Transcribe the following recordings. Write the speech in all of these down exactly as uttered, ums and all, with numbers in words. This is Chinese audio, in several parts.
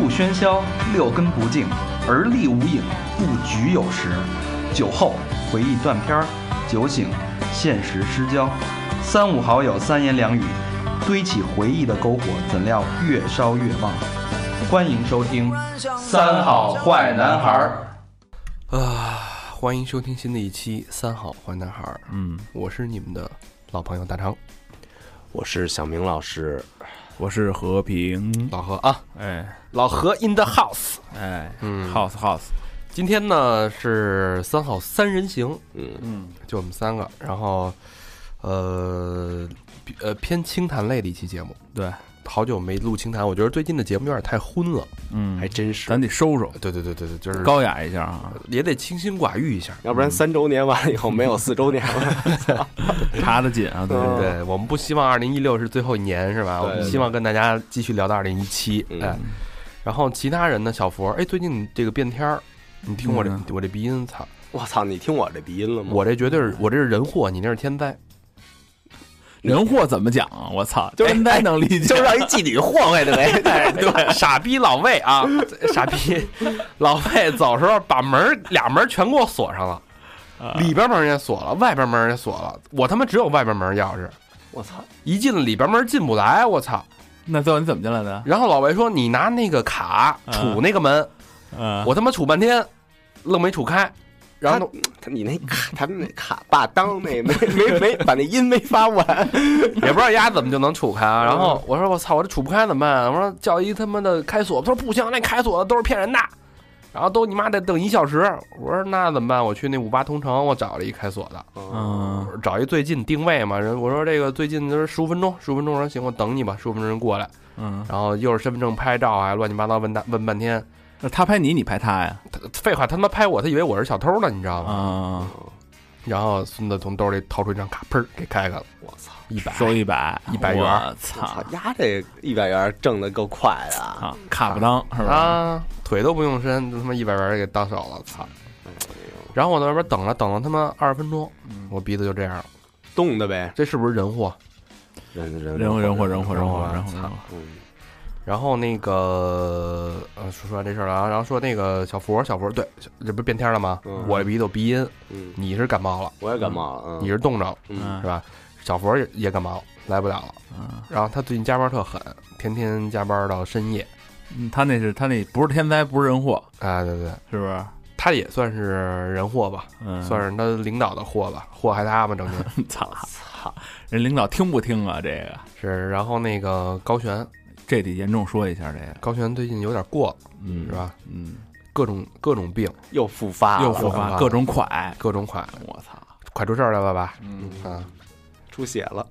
喧嚣，六根不净，而立无影，不局有时。酒后回忆断片儿，酒醒现实失焦。三五好友三言两语，堆起回忆的篝火，怎料越烧越旺。欢迎收听《三好坏男孩》 啊！欢迎收听新的一期《三好坏男孩》。嗯，我是你们的老朋友大长， 我是小明老师， 我是和平老何啊， 哎， 老何 in the house， 哎， 嗯 ，house house。 今天呢是三好三人行， 嗯嗯，就我们三个，然后呃呃偏清谈类的一期节目， 对， 好久没录清谈，我觉得最近的节目有点太昏了， 嗯， 还真是， 咱得收收， 对对对对对，就是高雅一下啊， 也得清心寡欲一下， 要不然三周年完了以后没有四周年了， 查得紧啊，对对对，我们不希望二零一六是最后一年是吧？我们希望跟大家继续聊到二零一七，哎，然后其他人呢，小佛，哎，最近这个变天儿。你听我这、嗯、我这鼻音，操！ 我操，你听我这鼻音了吗？ 我这绝对是，我这是人祸，你那是天灾。 人祸怎么讲啊？我操，天灾能理解， 就是让一妓女祸害的呗。 对，傻逼老魏啊，傻逼老魏走时候把门俩门全给我锁上了，啊、里边门也锁了，外边门也锁了，我他妈只有外边门钥匙。 我操！ 一进里边门进不来，我操！ 那最后你怎么进来的？ 然后老魏说：“你拿那个卡杵那个门。” 嗯， 我他妈杵半天，愣没杵开，然后他, 他你那卡，他那卡把当那没没没把那音没发完， 也不知道丫怎么就能杵开啊。然后我说我操，我这杵不开怎么办？我说叫一他妈的开锁，他说不行，那开锁的都是骗人的，然后都你妈得等一小时。我说那怎么办？我去那五八同城，我找了一开锁的， 嗯， 找一最近定位嘛。人我说这个最近就是十五分钟，十五分钟，我说行，我等你吧，十五分钟人过来，嗯，然后又是身份证拍照啊，乱七八糟问大问半天。 那他拍你，你拍他呀？ 他废话，他他妈拍我，他以为我是小偷呢，你知道吗？ 啊、 嗯！然后孙子从兜里掏出一张卡，砰给开开了。我操，一百收一百， 一百元！ 我操， 丫这一百元挣的够快的啊！卡不当是吧？ 啊，腿都不用伸，就他妈一百元给当手了，操！然后我在那边等了等了他妈二十分钟，我鼻子就这样了， 冻的呗。 这是不是人祸？ 人人人祸人祸人祸人祸人祸！ 嗯。然后那个呃说说完这事儿了啊，然后说那个小佛小佛对，这不是变天了吗？嗯、我这鼻子有鼻音，嗯，你是感冒了， 我也感冒了， 嗯、你是冻着了，嗯，是吧？小佛也也感冒了，来不了了，嗯。然后他最近加班特狠，天天加班到深夜。 嗯，他那是他那不是天灾，不是人祸， 哎，对对， 是不是？ 他也算是人祸吧，嗯，算是他领导的祸吧，祸害他嘛，整天。 操操，人领导听不听啊？这个是，然后那个高璇。 这得严重说一下，这个高璇最近有点过了，嗯，是吧？嗯，各种各种病又复发， 又复发，各种快， 各种快， 我操， 快出事儿来了吧？ 嗯啊， 出血了。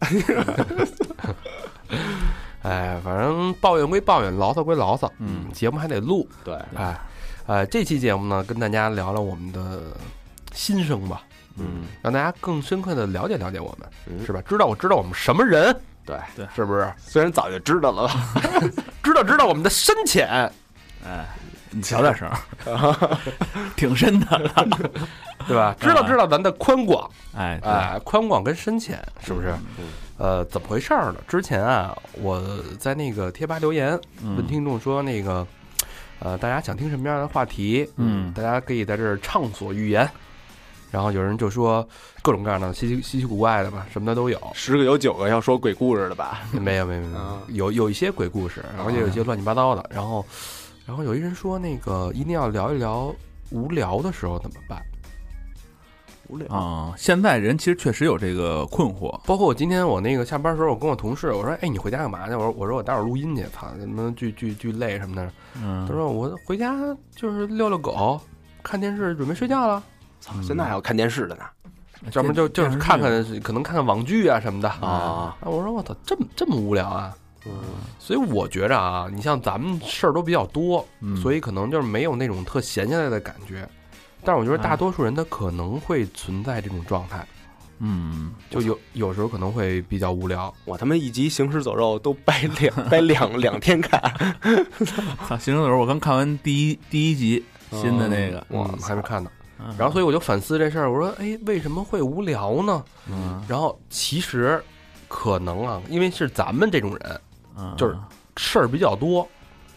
哎，反正抱怨归抱怨，牢骚归牢骚， 嗯， 节目还得录， 对， 哎，呃，这期节目呢，跟大家聊聊我们的心声吧， 嗯， 让大家更深刻的了解了解我们，嗯、是吧？知道我知道我们什么人。 对对， 是不是？ 虽然早就知道了， 知道知道我们的深浅。 哎，你小点声，挺深的了， 对吧？知道知道咱的宽广， 哎哎，宽广跟深浅是不是？ 嗯、 呃，怎么回事呢？之前啊，我在那个贴吧留言，问听众说那个，呃，大家想听什么样的话题？ 嗯， 大家可以在这儿畅所欲言。然后有人就说各种各样的稀奇稀奇古怪的吧，什么的都有。 十个有九个要说鬼故事的吧？ 没有没有没有，有有一些鬼故事，然后也有一些乱七八糟的。然后，然后有一人说那个一定要聊一聊无聊的时候怎么办？ 无聊啊！现在人其实确实有这个困惑。 包括我今天我那个下班的时候，我跟我同事我说：“哎，你回家干嘛去？”我说：“我说我待会儿录音去，操，什么巨巨巨累什么的。”嗯，他说：“我回家就是遛遛狗，看电视，准备睡觉了。” 操，现在还有看电视的呢， 专门就就是看看，可能看看网剧啊什么的啊。 我说我操，这么这么无聊啊！嗯，所以我觉着啊，你像咱们事儿都比较多， 嗯、 所以可能就是没有那种特闲下来的感觉。但是我觉得大多数人他可能会存在这种状态， 嗯， 就有有时候可能会比较无聊。 我他妈一集《行尸走肉》都掰两掰两两天看。 操，《行尸走肉》我刚看完第一第一集新的那个， 我、嗯、还没看呢。然后，所以我就反思这事儿。我说，哎，为什么会无聊呢？ 嗯， 然后其实可能啊，因为是咱们这种人，嗯，就是事儿比较多，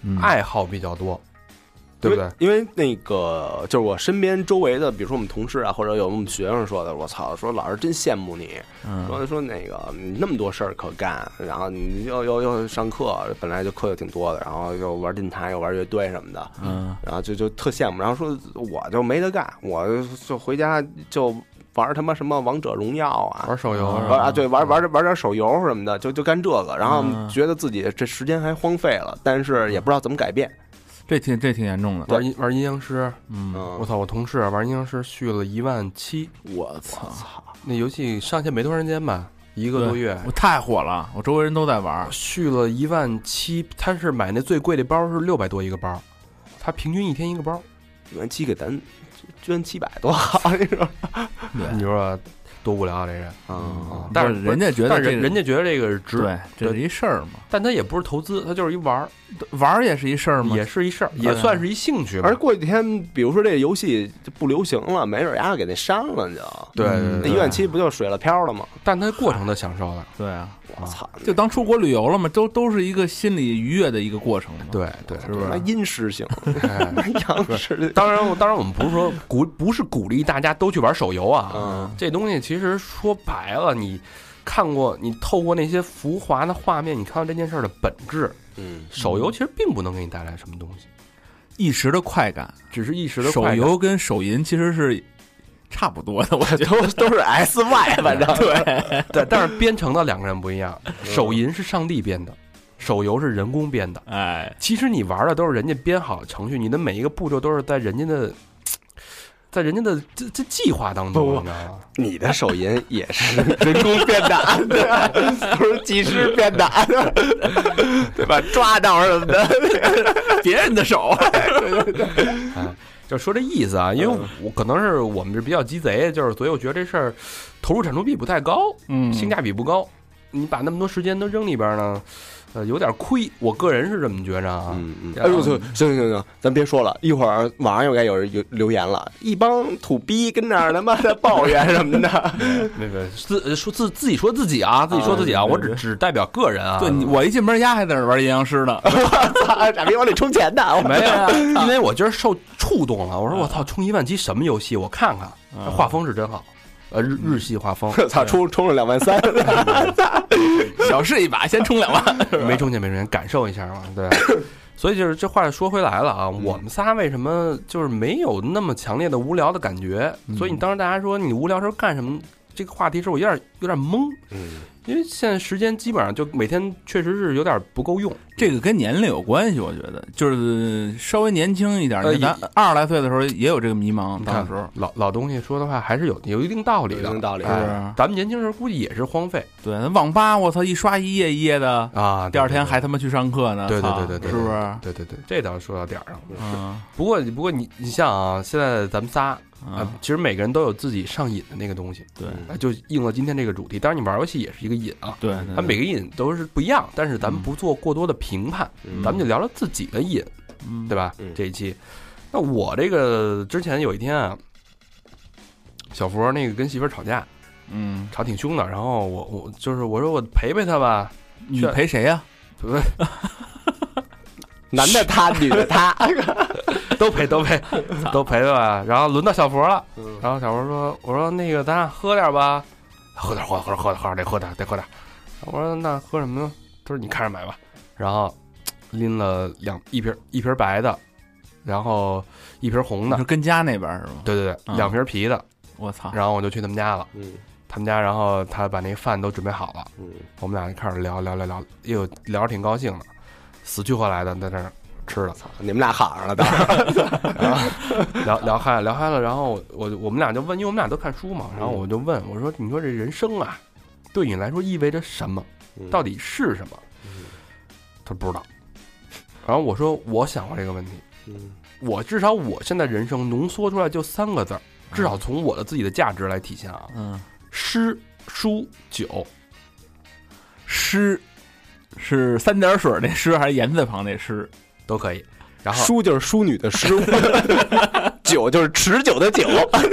嗯爱好比较多，对不对？ 因为那个就是我身边周围的，比如说我们同事啊，或者有我们学生说的，我操，说老师真羡慕你， 嗯说说那个你那么多事儿可干，然后你又又又上课，本来就课就挺多的，然后又玩电台又玩乐队什么的， 嗯， 然后就就特羡慕，然后说我就没得干，我就回家就玩他妈什么王者荣耀啊， 玩手游啊是吧玩啊对玩玩玩点手游什么的，就就干这个，然后嗯觉得自己这时间还荒废了，但是也不知道怎么改变。 这挺这挺严重的。 玩阴玩阴阳师， 嗯， 嗯， 我操！我同事玩阴阳师续了一万七， 我操， 那游戏上线没多长时间吧，一个多月， 我太火了，我周围人都在玩。 续了一万七。他是买那最贵的包是六百多一个包，他平均一天一个包。 一万七给咱捐七百多好，你说？ 你说多无聊啊这人嗯， 啊！但是不是人家觉得但是这个人人家觉得这个是值， 对，这是一事儿嘛， 但他也不是投资，他就是一玩儿， 玩儿也是一事儿嘛， 也是一事儿， 对也算是一兴趣吧而。过几天，比如说这个游戏就不流行了，没准丫给那删了就。 对对嗯对， 那一万七不就水了漂了吗？ 但他过程他享受的， 对啊， 我操， 就当出国旅游了嘛，都都是一个心理愉悦的一个过程嘛。 对对， 是不是那阴湿性， 哎阳湿。 当然，当然，我们不是说鼓，不是鼓励大家都去玩手游啊。 嗯这东西其实说白了，你看过，你透过那些浮华的画面，你看到这件事儿的本质。 嗯， 手游其实并不能给你带来什么东西， 一时的快感， 只是一时的手快感。 游跟手淫其实是差不多的，我觉得。 都都是 S Y，反正对， 对，但是编程的两个人不一样，手淫是上帝编的，手游是人工编的。 哎， 其实你玩的都是人家编好的程序，你的每一个步骤都是在人家的，在人家的这这计划当中， 不你知道吗？ 你的手淫也是人工编的，对吧？都是技师编的，对吧？抓到什么的， 别人的手， 哎，就说这意思啊，因为我可能是我们是比较鸡贼，就是所以我觉得这事儿投入产出比不太高， 嗯， 性价比不高。你把那么多时间都扔里边呢，呃，有点亏。我个人是这么觉着啊。 嗯嗯。哎呦，行行行行，咱别说了，一会儿网上又该有人有留言了，一帮土逼跟那儿他妈的抱怨什么的。 那个自说自自己说自己啊，自己说自己啊，我只只代表个人啊。 对你，我一进门，丫还在那玩阴阳师呢。 操，傻逼往里充钱的， 没有啊，因为我今儿受触动了。我说我操，充一万七什么游戏？我看看，画风是真好。呃，日日系画风， 我操，充充了两万三， 小试一把，先充两万， 没充钱没充钱，感受一下嘛，对。所以就是这话说回来了啊，我们仨为什么就是没有那么强烈的无聊的感觉？所以你当时大家说你无聊时候干什么？这个话题时候我有点有点懵， 嗯， 因为现在时间基本上就每天确实是有点不够用。 这个跟年龄有关系，我觉得就是稍微年轻一点， 呃咱二十来岁的时候也有这个迷茫， 你看到时候老老东西说的话还是有有一定道理的， 有一定道理是不哎是？ 咱们年轻时候估计也是荒废对，那网吧我操一刷一夜一夜的， 啊， 第二天对还他妈去上课呢， 对对操对对对， 是不是？ 对对对，这倒说到点儿上。 嗯不过不过你你像啊，现在咱们仨啊嗯，， 其实每个人都有自己上瘾的那个东西， 对啊，就应了今天这个主题。当然，你玩游戏也是一个瘾啊， 对， 它每个瘾都是不一样，但是咱们不做过多的评判， 嗯咱们就聊聊自己的瘾， 嗯对吧？ 嗯这一期，那我这个之前有一天啊，小佛那个跟媳妇儿吵架， 嗯， 吵挺凶的，然后我我就是我说我陪陪他吧， 你陪谁呀？ 不是男的他，女的他， 都陪都陪都陪陪吧，然后轮到小佛了。 嗯然后小佛说：“我说那个咱俩喝点吧，喝点喝点喝点喝点喝点得喝点得喝点。”我说：“那喝什么呢？”他说：“你看着买吧。”然后拎了两一瓶一瓶白的，然后一瓶红的你说，跟家那边是吗？ 对对对， 嗯两瓶啤的。 我操， 然后我就去他们家了， 嗯他们家，然后他把那个饭都准备好了， 嗯我们俩就开始聊聊聊聊，又聊着挺高兴的，死去活来的在那儿吃了。 你们俩好上了，当然， 然后聊聊嗨了，聊嗨了，然后我我们俩就问，因为我们俩都看书嘛，然后我就问我说：“你说这人生啊，对你来说意味着什么？到底是什么？”他不知道。然后我说：“我想过这个问题， 嗯我至少我现在人生浓缩出来就三个字儿，至少从我的自己的价值来体现啊， 嗯， 诗、书、酒。 诗是三点水那诗还是言字旁那诗？ 都可以。然后淑就是淑女的淑，酒就是持久的酒，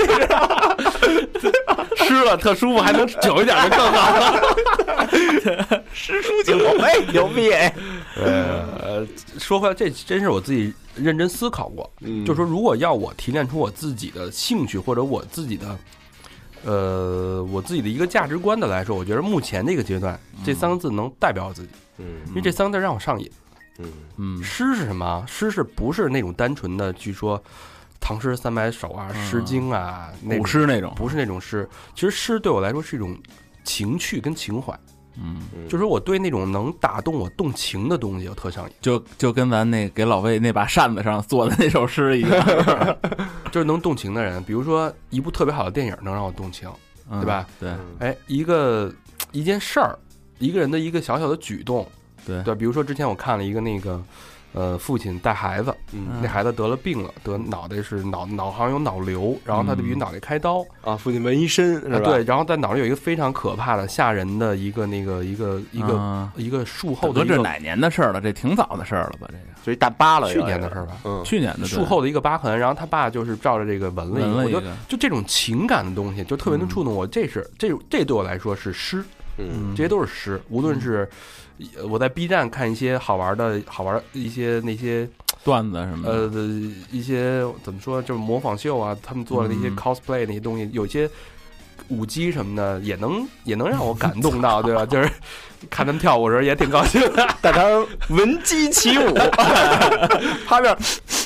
吃了特舒服，还能久一点就更好了。 诗书酒，哎，牛逼哎！ 呃， 个说回来，这真是我自己认真思考过， 嗯就说如果要我提炼出我自己的兴趣或者我自己的，呃，我自己的一个价值观的来说，我觉得目前这个阶段，这三个字能代表我自己， 嗯因为这三个字让我上瘾。 嗯嗯诗是什么？诗是不是那种单纯的据说唐诗三百首啊、诗经啊、那古诗那种， 不是那种诗。其实诗对我来说是一种情趣跟情怀， 嗯， 就是我对那种能打动我动情的东西我特上瘾， 就就跟咱那给老魏那把扇子上做的那首诗一样， 就是能动情的人。比如说一部特别好的电影能让我动情，对吧？ 对哎，一个一件事儿，一个人的一个小小的举动， 对对，比如说之前我看了一个那个，呃，父亲带孩子， 嗯那孩子得了病了，得脑袋是脑脑好像有脑瘤，然后他就必须脑袋开刀， 啊，父亲纹一身是吧？ 啊对，然后在脑里有一个非常可怕的、吓人的一个那个一个一个、 嗯一个术后的一个这这哪年的事儿了？这挺早的事儿了吧？这个就一大疤了， 去年的事儿吧， 嗯， 去年的术后的一个疤痕，然后他爸就是照着这个纹了一个，我就纹了一个， 就这种情感的东西就特别能触动我，这是这这对我来说是诗， 嗯这些都是诗，无论是。呃我在 B 站看一些好玩的、好玩一些那些段子什么的， 呃一些怎么说，就是模仿秀啊，他们做的那些嗯 cosplay 那些东西，有些舞姬什么的也能也能让我感动到，对吧？就是看他们跳舞的时候也挺高兴的。 大肠闻鸡起舞，他这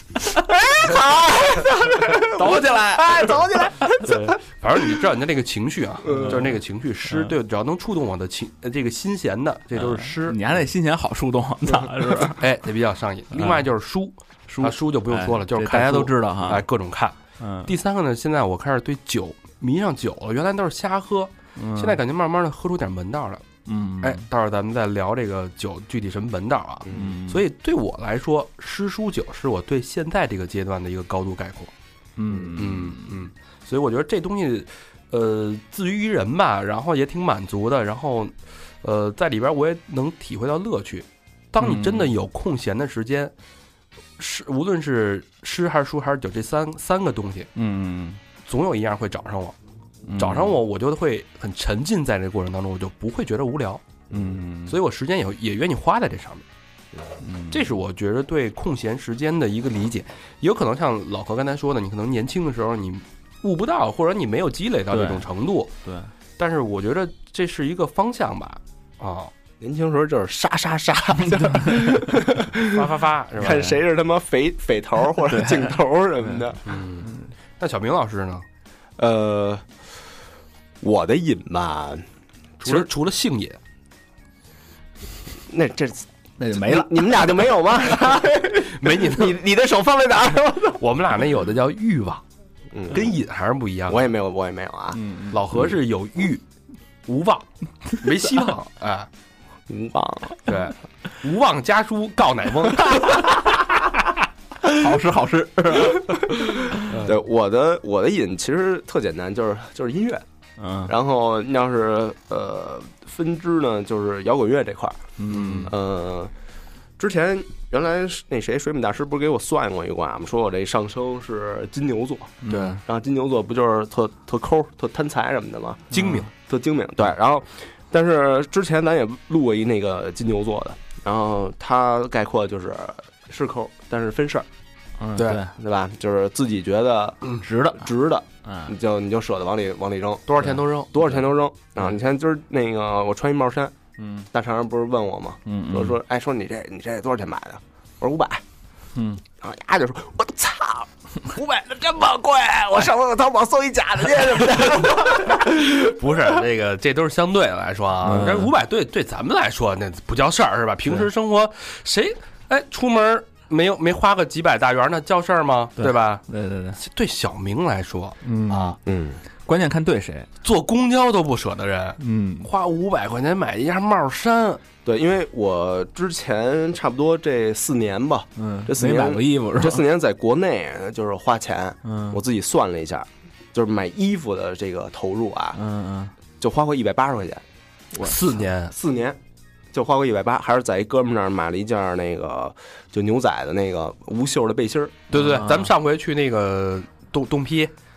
走起来， 哎走起来， 对，反正你知道人家那个情绪啊， 嗯就是那个情绪诗， 嗯对，只要能触动我的情，呃这个心弦的，这都是诗。 你还得心弦好触动，操是吧？ 哎，这比较上瘾。另外就是书， 书啊书就不用说了， 哎就是看书这大家都知道哈， 哎，各种看。 嗯， 第三个呢，现在我开始对酒迷上酒了，原来都是瞎喝， 嗯现在感觉慢慢的喝出点门道了。 嗯， 哎，到时候咱们再聊这个酒具体什么门道啊。 嗯， 所以对我来说，诗书酒是我对现在这个阶段的一个高度概括。 嗯嗯嗯，所以我觉得这东西，呃，自娱于人吧，然后也挺满足的，然后，呃，在里边我也能体会到乐趣。当你真的有空闲的时间，诗无论是诗还是书还是酒，这三三个东西， 嗯， 总有一样会找上我。 嗯找上我，我就会很沉浸在这个过程当中，我就不会觉得无聊， 嗯， 所以我时间也也愿意花在这上面。 嗯这是我觉得对空闲时间的一个理解。也有可能像老何刚才说的，你可能年轻的时候你悟不到，或者你没有积累到这种程度。 对， 但是我觉得这是一个方向吧。啊， 年轻时候就是杀杀杀， 发发发是吧？ 看谁是他妈匪匪头或者镜头什么的。 嗯，那小明老师呢？ 呃，我的瘾吧， 除了除了性瘾， 那这那就没了。 你们俩就没有吗？ 没你你你的手放在哪儿？ 我们俩那有的叫欲望， 嗯， 跟瘾还是不一样的。 我也没有，我也没有啊。 嗯， 老何是有欲无望，没希望，哎， 无望， 对，无望家书告乃翁。 好事好事。 对我的我的瘾其实特简单，就是就是音乐。 嗯然后要是呃分支呢，就是摇滚乐这块儿。 嗯呃，之前原来那谁水母大师不是给我算过一卦吗？说我这上升是金牛座， 对， 然后金牛座不就是特特抠、特贪财什么的吗？ 精明。 特精明。对，然后但是之前咱也录过一那个金牛座的，然后他概括就是是抠，但是分事儿， 嗯， 对对， 对吧？就是自己觉得值的， 值的， 嗯你就你就舍得往里往里扔， 多少钱都扔， 多少钱都扔啊！你看今儿那个我穿一帽衫， 嗯大肠不是问我吗？ 嗯， 说说，哎，说你这你这多少钱买的？我说五百。 嗯， 然后丫就说：“我操，五百的这么贵，我上我淘宝搜一假的去什么的。 不是这个，这都是相对的来说啊。 嗯这五百对对咱们来说那不叫事儿是吧？平时生活谁哎出门没有没花个几百大元那叫事儿吗？ 对对吧？ 对对对， 对小明来说嗯啊， 嗯， 关键看对谁， 坐公交都不舍得人， 嗯花五百块钱买一件帽衫， 对，因为我之前差不多这四年吧， 嗯， 这四年没买过衣服是吧？ 这四年在国内就是花钱， 嗯， 我自己算了一下，就是买衣服的这个投入啊， 嗯嗯， 就花过一百八十块钱， 四年四年就花过一百八，还是在一哥们那儿买了一件那个就牛仔的那个无袖的背心儿。 对对对， 啊咱们上回去那个东东批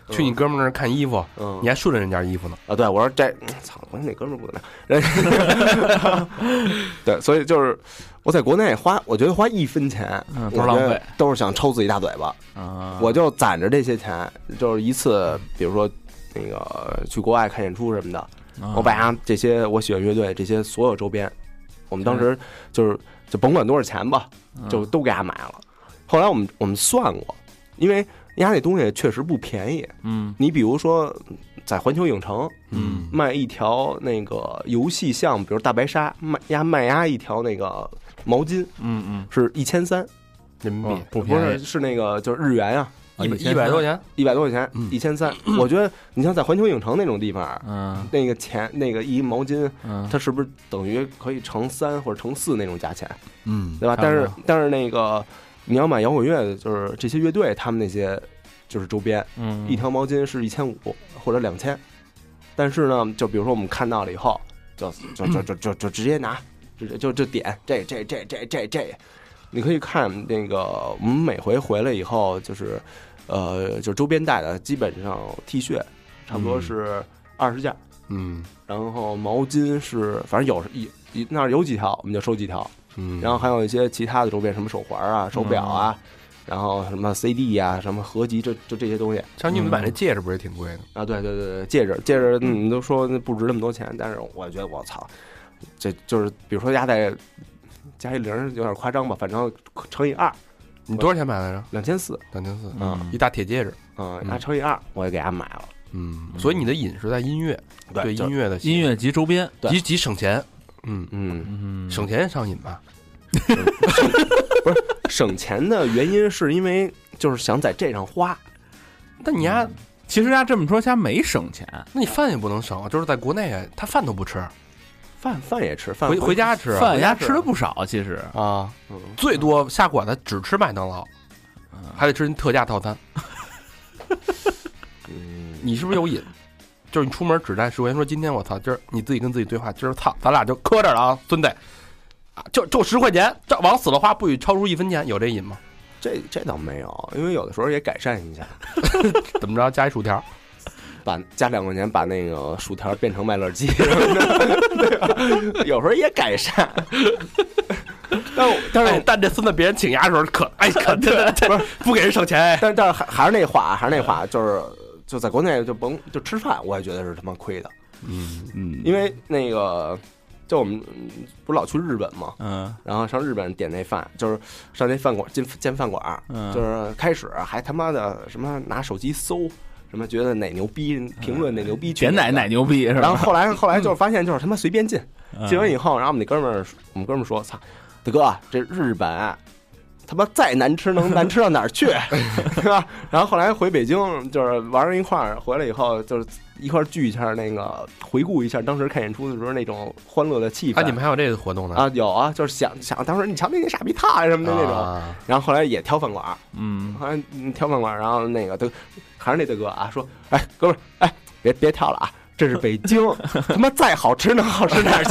去你哥们儿那儿看衣服， 嗯， 你还顺着人家衣服呢。 啊，对，我说这，操，我说那哥们儿不怎么样。对，所以就是我在国内花，我觉得花一分钱， 嗯，都是浪费， 都是想抽自己大嘴巴。 啊， 我就攒着这些钱，就是一次，比如说那个去国外看演出什么的， 啊我把这些我喜欢乐队这些所有周边，我们当时就是就甭管多少钱吧，就都给他买了。后来我们我们算过，因为人家那东西确实不便宜。 嗯， 你比如说在环球影城， 嗯， 卖一条那个游戏项目，比如大白鲨，卖压卖压一条那个毛巾， 嗯嗯， 是一千三人民币不不便宜是是那个就是日元呀、 一百一千一百多钱， 一百多块钱嗯， 一千三。我觉得你像在环球影城那种地方， 嗯那个钱那个一毛巾， 嗯， 它是不是等于可以乘三或者乘四那种价钱， 嗯， 对吧？ 差不多但是但是那个你要买摇滚乐的，就是这些乐队他们那些就是周边， 嗯， 一条毛巾是一千五或者两千。但是呢，就比如说我们看到了以后，就就就就就就直接拿，直接就就点这这这这这这。你可以看那个，我们每回回来以后，就是呃，就周边带的，基本上 T 恤差不多是二十件， 嗯然后毛巾是反正有一一那儿有几条我们就收几条， 嗯， 然后还有一些其他的周边，什么手环啊、手表啊，然后什么 C D 呀、什么合集，这就这些东西像你们买那戒指不是也挺贵的？ 啊。对对对对，戒指戒指，你都说不值那么多钱，但是我觉得我操，这就是比如说压在加一零有点夸张吧，反正乘以二， 你多少钱买来着？ 两千四， 两千四， 嗯一大铁戒指。 嗯，拿乘以二，我也给他买了。 嗯，所以你的瘾是在音乐，对就音乐的音乐及周边， 对极极省钱。嗯， 嗯， 嗯， 省钱上瘾吧？ 省钱的原因是因为就是想在这上花。 那你丫， 其实家这么说，家没省钱， 那你饭也不能省啊，就是在国内他饭都不吃， 饭饭也吃，饭回回家吃啊饭家回家吃吃的不少，其实， 啊， 嗯， 最多下馆子只吃麦当劳，还得吃特价套餐。 嗯， 你是不是有瘾？就是你出门只带十块钱，说今天我操，今儿你自己跟自己对话，今儿操，咱俩就磕着了啊，孙子，啊，就就十块钱，这往死了花，不许超出一分钱，有这瘾吗？ 这这倒没有，因为有的时候也改善一下， 怎么着，加一薯条， 把加两块钱把那个薯条变成麦乐鸡什么的，对吧？有时候也改善。但我但是、 哎但这孙子别人请牙的时候可哎可真的不是不给人省钱哎， 但但是还还是那话，还是那话，就是就在国内就甭就吃饭，我也觉得是他妈亏的， 嗯嗯， 因为那个就我们不是老去日本嘛， 嗯然后上日本点那饭，就是上那饭馆进进饭馆， 嗯， 就是开始还他妈的什么拿手机搜，什么觉得哪牛逼，评论哪牛逼， 点奶奶牛逼是吧？ 然后后来后来就是发现就是他妈随便进， 嗯进完以后，然后我们那哥们儿我们哥们儿说，操，大哥，这日本他妈再难吃能难吃到哪儿去，对吧？然后后来回北京就是玩人一块儿，回来以后就是一块儿聚一下，那个回顾一下当时看演出的时候那种欢乐的气氛。 啊，你们还有这个活动呢？ 啊有啊，就是想想当时你瞧那那傻逼踏什么的那种， 啊然后后来也挑饭馆， 嗯后来嗯挑饭馆，然后那个都还是那大哥啊说，哎哥们儿，哎别别挑了啊。这是北京，他妈再好吃能好吃哪儿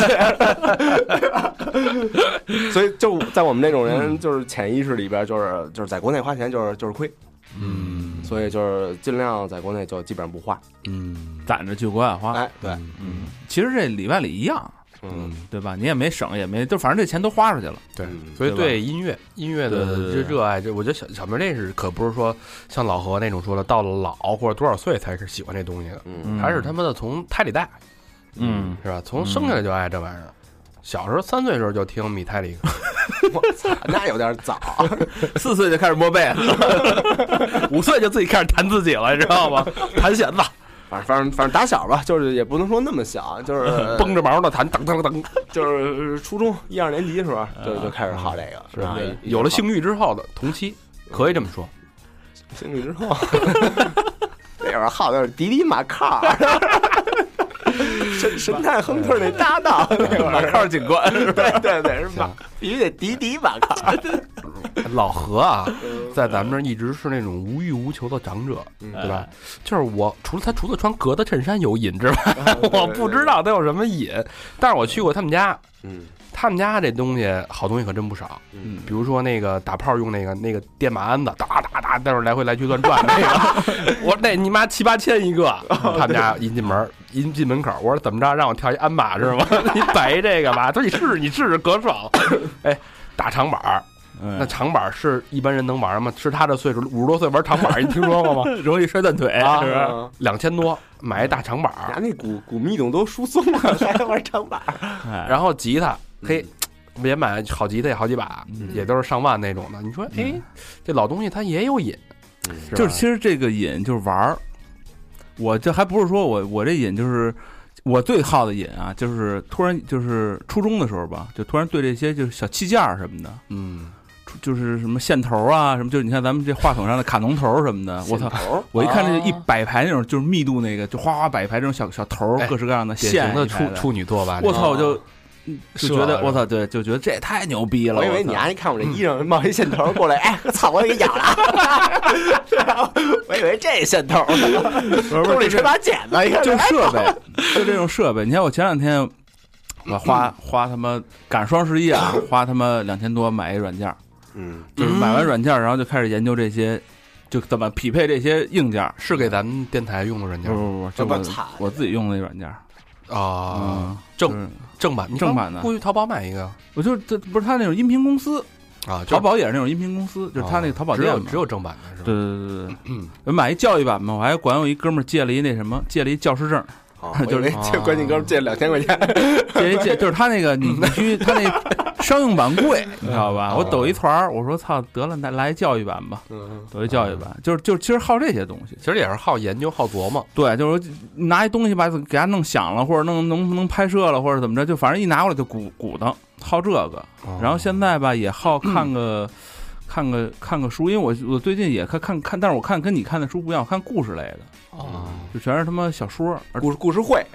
去？所以就在我们这种人，就是潜意识里边，就是就是在国内花钱就是就是亏， 嗯所以就是尽量在国内就基本上不花。 嗯攒着去国外花， 哎，对， 嗯，其实这里外里一样， 嗯， 对吧？你也没省，也没，就反正这钱都花出去了， 对嗯， 所以对吧对音乐音乐的对对对这热爱，这我觉得小小明这是可不是说像老何那种说的到了老或者多少岁才是喜欢这东西的， 嗯还是他妈的从胎里带， 嗯， 是吧？从生下来就爱这玩意儿。小时候三岁的时候就听米泰里克， 我操，那有点早。 四岁就开始摸背了， 五岁就自己开始弹自己了，你知道吗？弹弦子， 反正反正反正打小吧，就是也不能说那么小，就是绷着毛的弹，噔噔噔， 就是初中一二年级的时候就就开始好这个，是吧？ 有了性欲之后的同期，可以这么说。 性欲之后，那会儿好的是迪迪马靠。神神探亨特那搭档，那会儿马靠警官， 对对对，是马必须得迪迪马靠。 老何啊，在咱们这儿一直是那种无欲无求的长者，对吧？就是我除了他除了穿格子衬衫有瘾之外，我不知道他有什么瘾。但是我去过他们家， 嗯， 他们家这东西好东西可真不少。 嗯， 比如说那个打炮用那个那个电马鞍子，哒哒哒叭待会儿来回来去乱转那个，我说那你妈七八千一个，他们家一进门一进门口，我说怎么着让我跳一鞍马是吗？你摆这个吧，他说你试试你试试可爽，哎，大长板儿。 嗯、 那长板是一般人能玩吗？是他这岁数五十多岁玩长板，你听说过吗？ 容易摔断腿啊！ 是吧？ 两千多买一大长板， 呀，那骨骨密度都疏松了，还玩长板。 然后吉他，嘿，也买好吉他也好几把， 嗯、 也都是上万那种的。你说，哎，这老东西它也有瘾， 是就是其实这个瘾就是玩儿。我这还不是说我我这瘾就是我最好的瘾啊，就是突然就是初中的时候吧，就突然对这些就是小器件什么的， 嗯。 就是什么线头啊，什么就是你看咱们这话筒上的卡农头什么的，我操！我一看这一百排那种，就是密度那个，就哗哗摆排这种小小头，各式各样的线的处处女座吧。 我操！我就就觉得我操，对，就觉得这也太牛逼了。 我以为你啊，一看我这衣裳冒一线头过来，哎，操，我给咬了。我以为这线头，兜里揣把剪子，一看就设备，就这种设备。你看我前两天我花花他妈赶双十一啊，花他妈两千多买一软件。 嗯， 就是买完软件，然后就开始研究这些，就怎么匹配这些硬件， 是给咱们电台用的软件？ 不不不，就我我自己用的那软件啊，正正版， 正版的， 不去淘宝买一个。 我就这不是他那种音频公司啊， 淘宝也是那种音频公司，就是他那个淘宝店只有正版的是吧？ 对对对对，嗯，我买一教育版嘛，我还管我一哥们儿借了一那什么，借了一教师证。 就是借管你哥们借两千块钱， 借借就是他那个你必须他那商用版贵，你知道吧？我抖一团，我说操，得了，来来教育版吧，抖一教育版，就是就是其实好这些东西， 其实也是好研究好琢磨。 对，就是拿一东西把给它弄响了，或者弄能不能拍摄了，或者怎么着，就反正一拿过来就鼓鼓捣，好这个。然后现在吧也好看个。看个看个书，因为我我最近也看看看，但是我看跟你看的书不一样，我看故事类的， 哦， 就全是他妈小说， 故事故事会，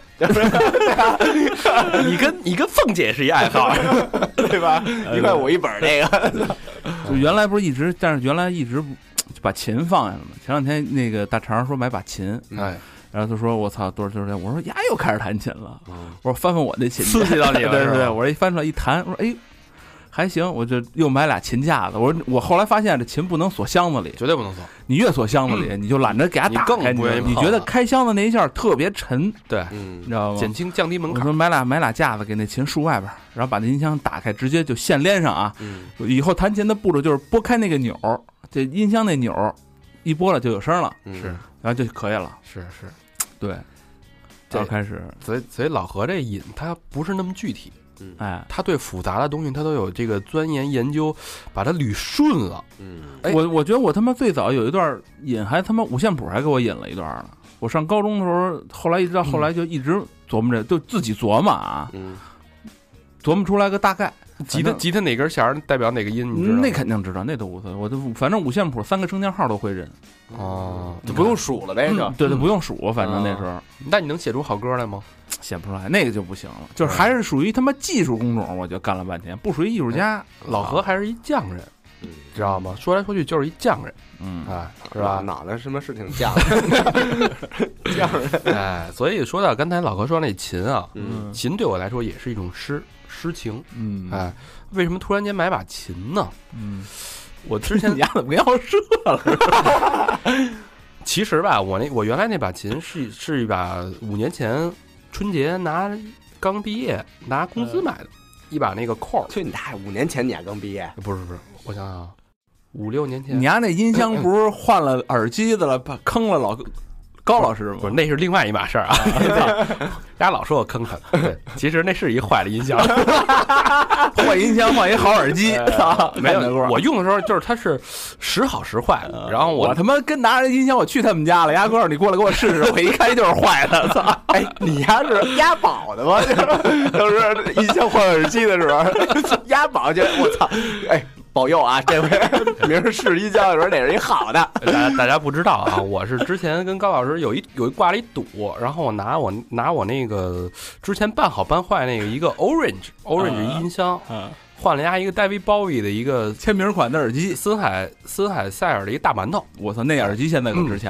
你跟你跟凤姐是一爱好， 对吧？一块五一本那个， 就原来不是一直，但是原来一直就把琴放下了嘛。前两天那个大肠说买把琴， 哎。 然后他说：“我操，多少多少钱？”我说：“呀，又开始弹琴了。”我说：“翻翻我那琴， 刺激到你了。” 对对对，我一翻出来一弹，我说：“哎，还行。”我就又买俩琴架子。我说：“我后来发现这琴不能锁箱子里， 绝对不能锁。 你越锁箱子里，你就懒得给它打开。 你你觉得开箱子那一下特别沉， 对， 你知道吗？ 减轻降低门槛。 我说买俩买俩架子给那琴竖外边，然后把那音箱打开，直接就线连上啊。以后弹琴的步骤就是拨开那个钮，这音箱那钮一拨了就有声了， 是， 然后就可以了。 是是， 对。要开始， 所以所以老何这瘾他不是那么具体， 嗯， 哎， 他对复杂的东西他都有这个钻研研究，把它捋顺了。 嗯， 哎， 我我觉得我他妈最早有一段瘾，还他妈五线谱还给我引了一段呢。我上高中的时候，后来一直到后来就一直琢磨着，就自己琢磨啊， 嗯， 琢磨出来个大概。 吉他吉他哪根弦代表哪个音？你知道？ 那肯定知道，那都无所谓。我就反正五线谱三个升降号都会认。 哦， 就不用数了呗，是吧？ 对对，不用数，反正那时候。 那你能写出好歌来吗？ 写不出来，那个就不行了。就是还是属于他妈技术工种，我就干了半天，不属于艺术家。 老何还是一匠人，知道吗？说来说去就是一匠人， 嗯， 哎，是吧？ 脑袋什么事情匠人，匠人， 哎，所以说到刚才老何说那琴啊， 嗯， 琴对我来说也是一种诗。诗情， 嗯， 哎，为什么突然间买把琴呢？ 嗯， 我之前你家怎么要射了？ 其实吧，我那我原来那把琴是是一把五年前春节拿刚毕业拿工资买的，嗯、一把那个扣。 去你大爷！五年前你还刚毕业？ 不是不是，我想想，五六年前。 你家那音箱不是换了耳机的了，坑了老。高老师不是，那是另外一码事儿啊！大家老说我坑他，对，其实那是一坏的音箱， 换音箱换一好耳机， 呃、没有。我用的时候就是它是时好时坏的，然后我我他妈跟拿着音箱我去他们家了，丫告诉你过来给我试试，我一开就是坏的，操！ 哎，你丫是押宝的吗？都是音箱换耳机的时候，押宝就我操！哎。保佑啊！这回明儿试音箱的时候，哪是一好的？ 大家大家不知道啊，我是之前跟高老师有一有一挂了一赌，然后我拿我拿我那个之前办好办坏那个一个 Orange Orange 音箱， 嗯， 换了家一个 David Bowie 的一个签名款的耳机， 森海森海塞尔的一个大馒头。 我操，那耳机现在可值钱了。 嗯、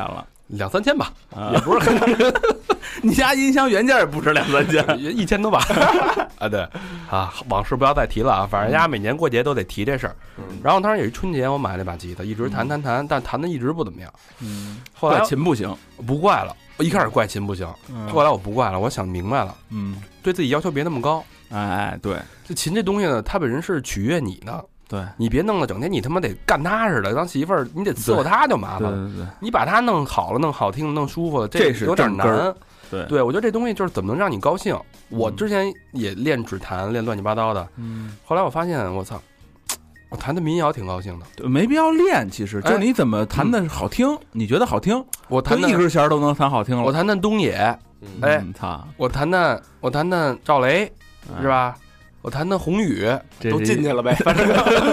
两三千吧， 啊也不是很你家音箱原件也不值两三千， 一千多吧。啊，对啊，往事不要再提了啊，反正人家每年过节都得提这事儿。然后当时有一春节，我买了把吉他，一直弹弹弹，但弹的一直不怎么样。 嗯， 后来怪琴不行， 不怪了，我一开始怪琴不行，后来我不怪了，我想明白了， 嗯， 对自己要求别那么高。 哎哎，对这琴这东西呢，它本身是取悦你的。 对， 你别弄得整天你他妈得干他似的，当媳妇儿你得伺候他就麻烦了。 对对对， 你把它弄好了，弄好听，弄舒服了， 这是有点正根儿难。 对对，我觉得这东西就是怎么能让你高兴。我之前也练指弹，练乱七八糟的， 嗯， 后来我发现，我操，我弹的民谣挺高兴的。 对没必要练，其实就是你怎么弹的好听，你觉得好听， 我弹的就一根弦都能弹好听了。 我弹的东野，哎， 操， 我弹的我弹的赵雷，是吧？我弹的宏宇， 都进去了呗，反正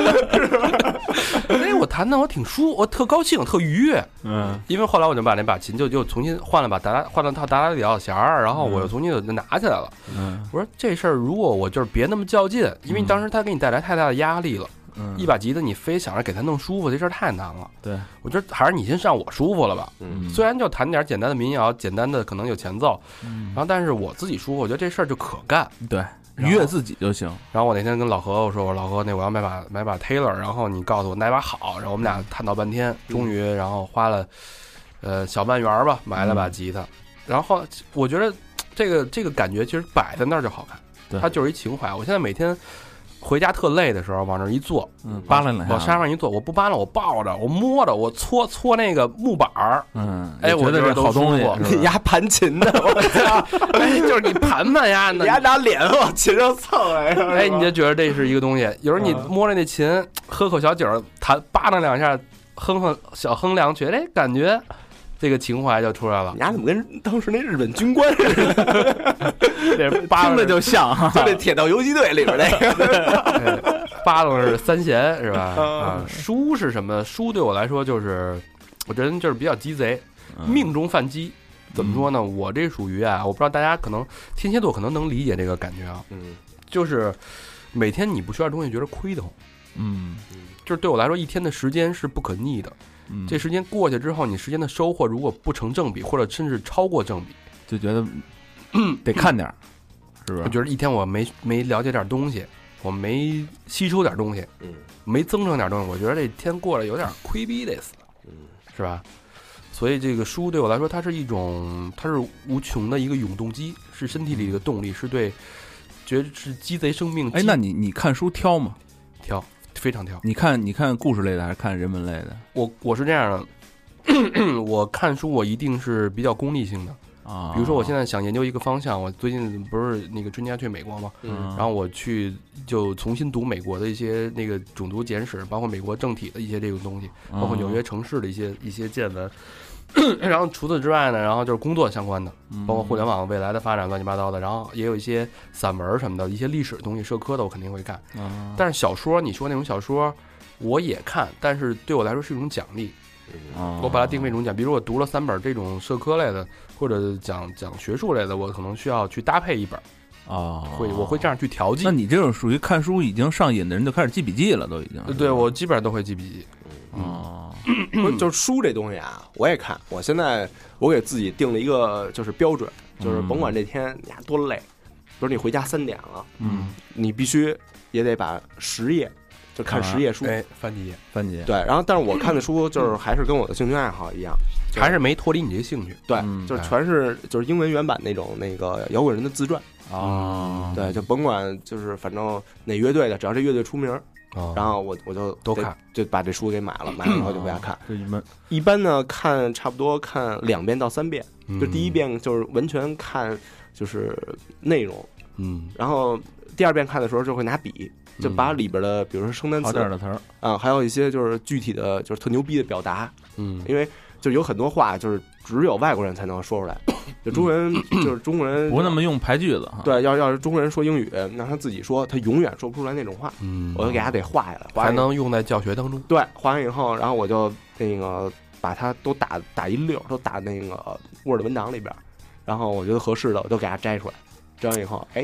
哎，我弹的我挺舒，我特高兴，特愉悦。 嗯， 因为后来我就把那把琴就又重新换了把达拉，换了套达拉里奥弦儿，然后我又重新就拿起来了。 嗯， 我说这事儿如果我就是别那么较劲，因为当时他给你带来太大的压力了。 嗯， 一把吉他你非想着给他弄舒服，这事儿太难了。 对， 我觉得还是你先让我舒服了吧。 嗯虽然就弹点简单的民谣，简单的可能有前奏， 嗯然后但是我自己舒服，我觉得这事儿就可干。 对，愉悦自己就行。 然后我那天跟老何我说，我说老何，那我要买把买把 Taylor， 然后你告诉我哪把好，然后我们俩探讨半天，终于然后花了呃小半元吧买了把吉他，然后我觉得这个这个感觉其实摆在那儿就好看， 对， 它就是一情怀。我现在每天回家特累的时候，往那儿一坐， 嗯，扒拉两下， 往沙发上一坐，我不扒拉，我抱着，我摸着，我搓搓那个木板儿， 嗯， 哎，我觉得这好东西， 你丫盘琴的，我操！ 哎，就是你盘盘呀， 你丫拿脸往琴上蹭来着， 哎，你就觉得这是一个东西。有时候你摸着那琴，喝口小酒，弹扒拉两下，哼哼小哼两曲，哎，感觉这个情怀就出来了你。丫怎么跟当时那日本军官似的？ 这扒拉听着就像， 就那铁道游击队里边那个。 扒拉是三弦是吧？啊，书是什么？书对我来说就是，我觉得就是比较鸡贼，命中犯鸡。怎么说呢？我这属于啊，我不知道大家可能天蝎座可能能理解这个感觉啊， 嗯， 就是每天你不需要东西，觉得亏得慌。 嗯， 就是对我来说，一天的时间是不可逆的。 嗯这时间过去之后，你时间的收获如果不成正比，或者甚至超过正比， 就觉得得看点儿，是不是？ 我觉得一天我没没了解点东西，我没吸收点东西， 嗯， 没增长点东西，我觉得这天过得有点亏逼得死， 嗯， 是吧？所以这个书对我来说，它是一种，它是无穷的一个永动机，是身体里的一个动力，是对，觉得是鸡贼生命。 哎，那你你看书挑吗？ 挑，非常挑。 你看你看故事类的还是看人文类的我我是这样的，我看书我一定是比较功利性的。 啊？ 比如说，我现在想研究一个方向，我最近不是那个春节去美国嘛， 嗯然后我去就重新读美国的一些那个种族简史，包括美国政体的一些这种东西，包括纽约城市的一些一些见闻。然后除此之外呢，然后就是工作相关的，包括互联网未来的发展乱七八糟的，然后也有一些散文什么的，一些历史的东西、社科的，我肯定会看。 啊但是小说，你说那种小说，我也看，但是对我来说是一种奖励。 啊我把它定位一种奖，比如我读了三本这种社科类的，或者讲讲学术类的，我可能需要去搭配一本， 啊， 会我会这样去调剂那。你这种属于看书已经上瘾的人，就开始记笔记了，都已经。 对我基本上都会记笔记。 啊， 不是就是书这东西啊，我也看。我现在我给自己定了一个就是标准，就是甭管这天你丫多累，比如你回家三点了， 嗯， 你必须也得把十页就看十页书。 哎，翻几页， 番茄， 对，然后但是我看的书就是还是跟我的兴趣爱好一样，就还是没脱离你这个兴趣。 对， 嗯就是全是就是英文原版那种那个摇滚人的自传。 啊， 对，就甭管就是反正哪乐队的，只要这乐队出名， 哦然后我我就得都看， 就把这书给买了，买了以后就回家看。 这你们一般呢看差不多看两遍到三遍，就第一，遍就是完全看就是内容， 嗯， 然后第二遍看的时候就会拿笔，就把里边的比如说生单好词点的词儿， 啊，还有一些就是具体的就是特牛逼的表达， 嗯， 因为就有很多话就是只有外国人才能说出来，就中国人就是中国人不那么用排句子哈。 对，要要是中国人说英语，让他自己说，他永远说不出来那种话， 嗯， 我就给他得画下来，画还完能用在教学当中。 对，画完以后，然后我就那个把它都打打一溜，都打那个 Word 文档里边，然后我觉得合适的，我就给它摘出来，摘完以后，哎，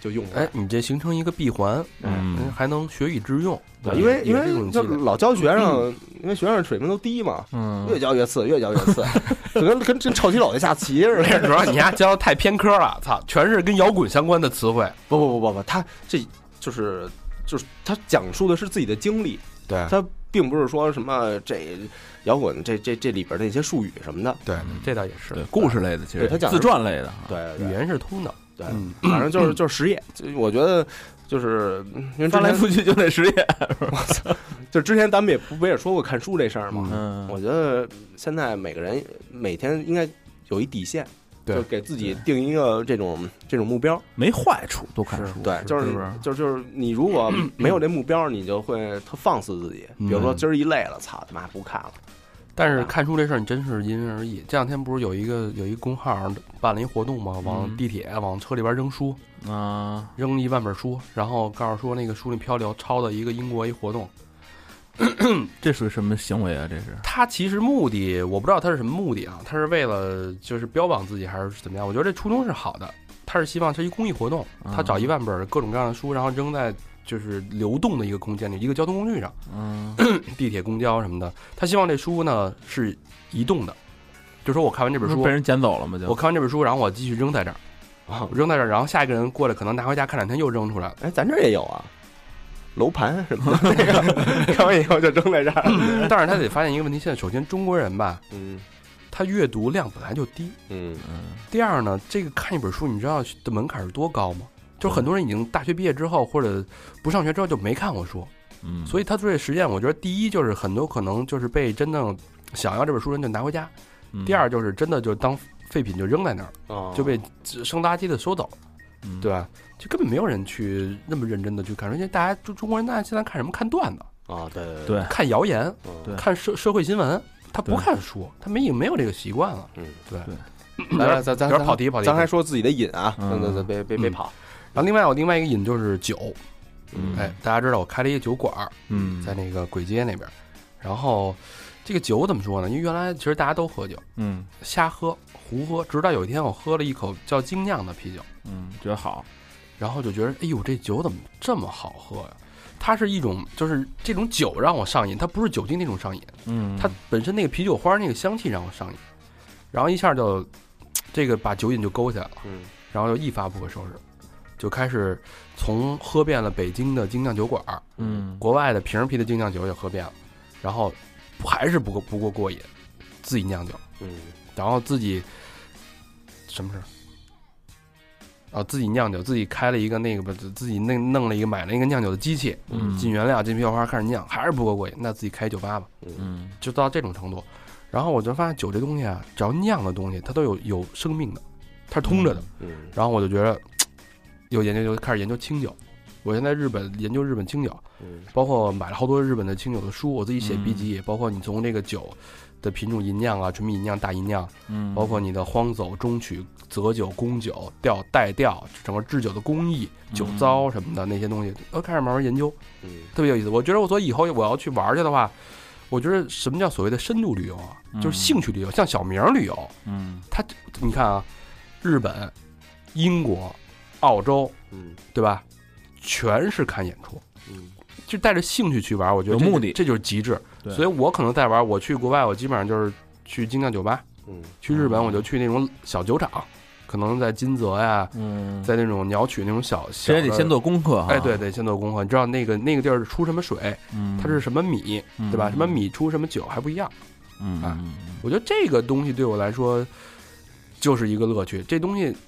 就用出来。 哎，你这形成一个闭环， 嗯， 还能学以致用。 对，因为因也是一种为就积累老教学生，因为学生水平都低嘛， 嗯， 越教越次，越教越次，就跟跟跟臭棋篓在下棋似的。 主要你丫教的太偏科了，操，全是跟摇滚相关的词汇。 不不不不不，他这就是就是他讲述的是自己的经历， 对他并不是说什么这摇滚这这这里边的一些术语什么的。 对，这倒也是对，故事类的，其实对他讲自传类的， 对，对语言是通的。 对， 嗯反正就是就是实业，就我觉得就是因为之前翻来覆去就那实验， 就之前咱们也不不也说过看书这事儿嘛。 嗯， 我觉得现在每个人每天应该有一底线， 对就给自己定一个这种这种目标。 没坏处，多看书， 对，就是是不是就就是你如果没有这目标，你就会特放肆自己。比如说今儿一累了，操他妈不看了。 但是看书这事儿，你真是因人而异。这两天不是有一个有一个公号办了一活动吗？往地铁、往车里边扔书， 啊， 扔一万本书，然后告诉说那个书里漂流，抄的一个英国一活动。 这属于什么行为啊？这是他其实目的我不知道他是什么目的啊，他是为了就是标榜自己还是怎么样？我觉得这初衷是好的，他是希望是一公益活动，他找一万本各种各样的书，然后扔在就是流动的一个空间里，一个交通工具上， 嗯， 地铁、公交什么的。他希望这书呢是移动的，就说我看完这本书被人捡走了吗？就我看完这本书，然后我继续扔在这儿，啊，扔在这儿，然后下一个人过来可能拿回家看两天又扔出来了。 哎，咱这儿也有啊，楼盘什么的，这个看完以后就扔在这儿。 但是他得发现一个问题，现在首先中国人吧， 嗯他阅读量本来就低。 嗯嗯， 第二呢，这个看一本书，你知道的门槛是多高吗？就是很多人已经大学毕业之后或者不上学之后就没看过书， 嗯， 所以他做这实验，我觉得第一就是很多可能就是被真正想要这本书人就拿回家， 嗯第二就是真的就当废品就扔在那儿， 哦就被生垃圾的收走， 嗯对吧？就根本没有人去那么认真的去看，而且大家中中国人大家现在看什么？看段子， 啊，对对对， 看谣言， 嗯对看社社会新闻，他不看书，他没没有这个习惯了， 嗯对对。 来来，咱咱有点跑题跑题， 咱还说自己的瘾啊， 嗯咱咱咱别别别跑。 然后另外我另外一个瘾就是酒， 嗯哎，大家知道我开了一个酒馆儿， 嗯， 在那个簋街那边，然后这个酒怎么说呢？因为原来其实大家都喝酒， 嗯瞎喝胡喝，直到有一天我喝了一口叫精酿的啤酒， 嗯，觉得好， 然后就觉得哎呦这酒怎么这么好喝呀？它是一种就是这种酒让我上瘾，它不是酒精那种上瘾， 嗯， 它本身那个啤酒花那个香气让我上瘾，然后一下就这个把酒瘾就勾起来了， 嗯然后就一发不可收拾，就开始从喝遍了北京的精酿酒馆， 嗯国外的瓶啤的精酿酒也喝遍了，然后还是不够不够过瘾，自己酿酒， 嗯然后自己什么事儿？啊，自己酿酒，自己开了一个那个不，自己弄弄了一个买了一个酿酒的机器， 嗯进原料进啤酒花开始酿，还是不够过瘾，那自己开酒吧吧， 嗯就到这种程度。然后我就发现酒这东西啊，只要酿的东西，它都有有生命的，它是通着的。 嗯然后我就觉得有研究，就开始研究清酒。我现在日本研究日本清酒， 嗯包括买了好多日本的清酒的书，我自己写笔记，包括你从这个酒的品种银酿啊、纯米银酿、大银酿， 嗯， 包括你的荒走、中曲、泽酒、宫酒、调带调，整个制酒的工艺、酒糟什么的那些东西，都开始慢慢研究， 嗯特别有意思。我觉得我所以以后我要去玩去的话，我觉得什么叫所谓的深度旅游啊？就是兴趣旅游，像小明旅游， 嗯他你看啊，日本、英国、澳洲， 嗯对吧？全是看演出， 嗯就带着兴趣去玩，我觉得这有目的这就是极致。 对所以我可能在玩，我去国外，我基本上就是去精酿酒吧； 嗯去日本，我就去那种小酒厂，可能在金泽呀， 嗯， 在那种鸟取那种小小的这也得先做功课哈， 哎，对，得先做功课。你知道那个那个地儿出什么水， 嗯， 它是什么米， 嗯对吧？什么米出什么酒还不一样。 嗯啊嗯我觉得这个东西对我来说就是一个乐趣。这东西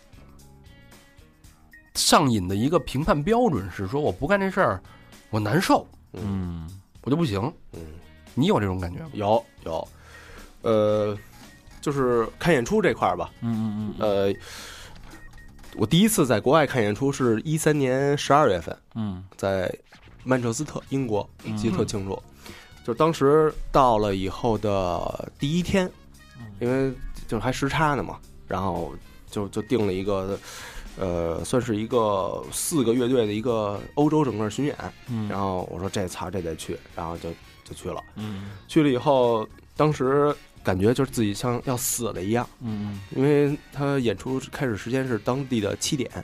上瘾的一个评判标准是说，我不干这事儿，我难受， 嗯我就不行。 嗯， 你有这种感觉吗？ 有有，呃，就是看演出这块儿吧， 嗯嗯呃，我第一次在国外看演出是一三年十二月份， 嗯在曼彻斯特，英国， 嗯记得特清楚。就是当时到了以后的第一天，因为就是还时差呢嘛，然后就就定了一个，呃，算是一个四个乐队的一个欧洲整个巡演。 嗯， 然后我说这操这得去，然后就就去了。 嗯去了以后，当时感觉就是自己像要死了一样， 嗯因为他演出开始时间是当地的七点，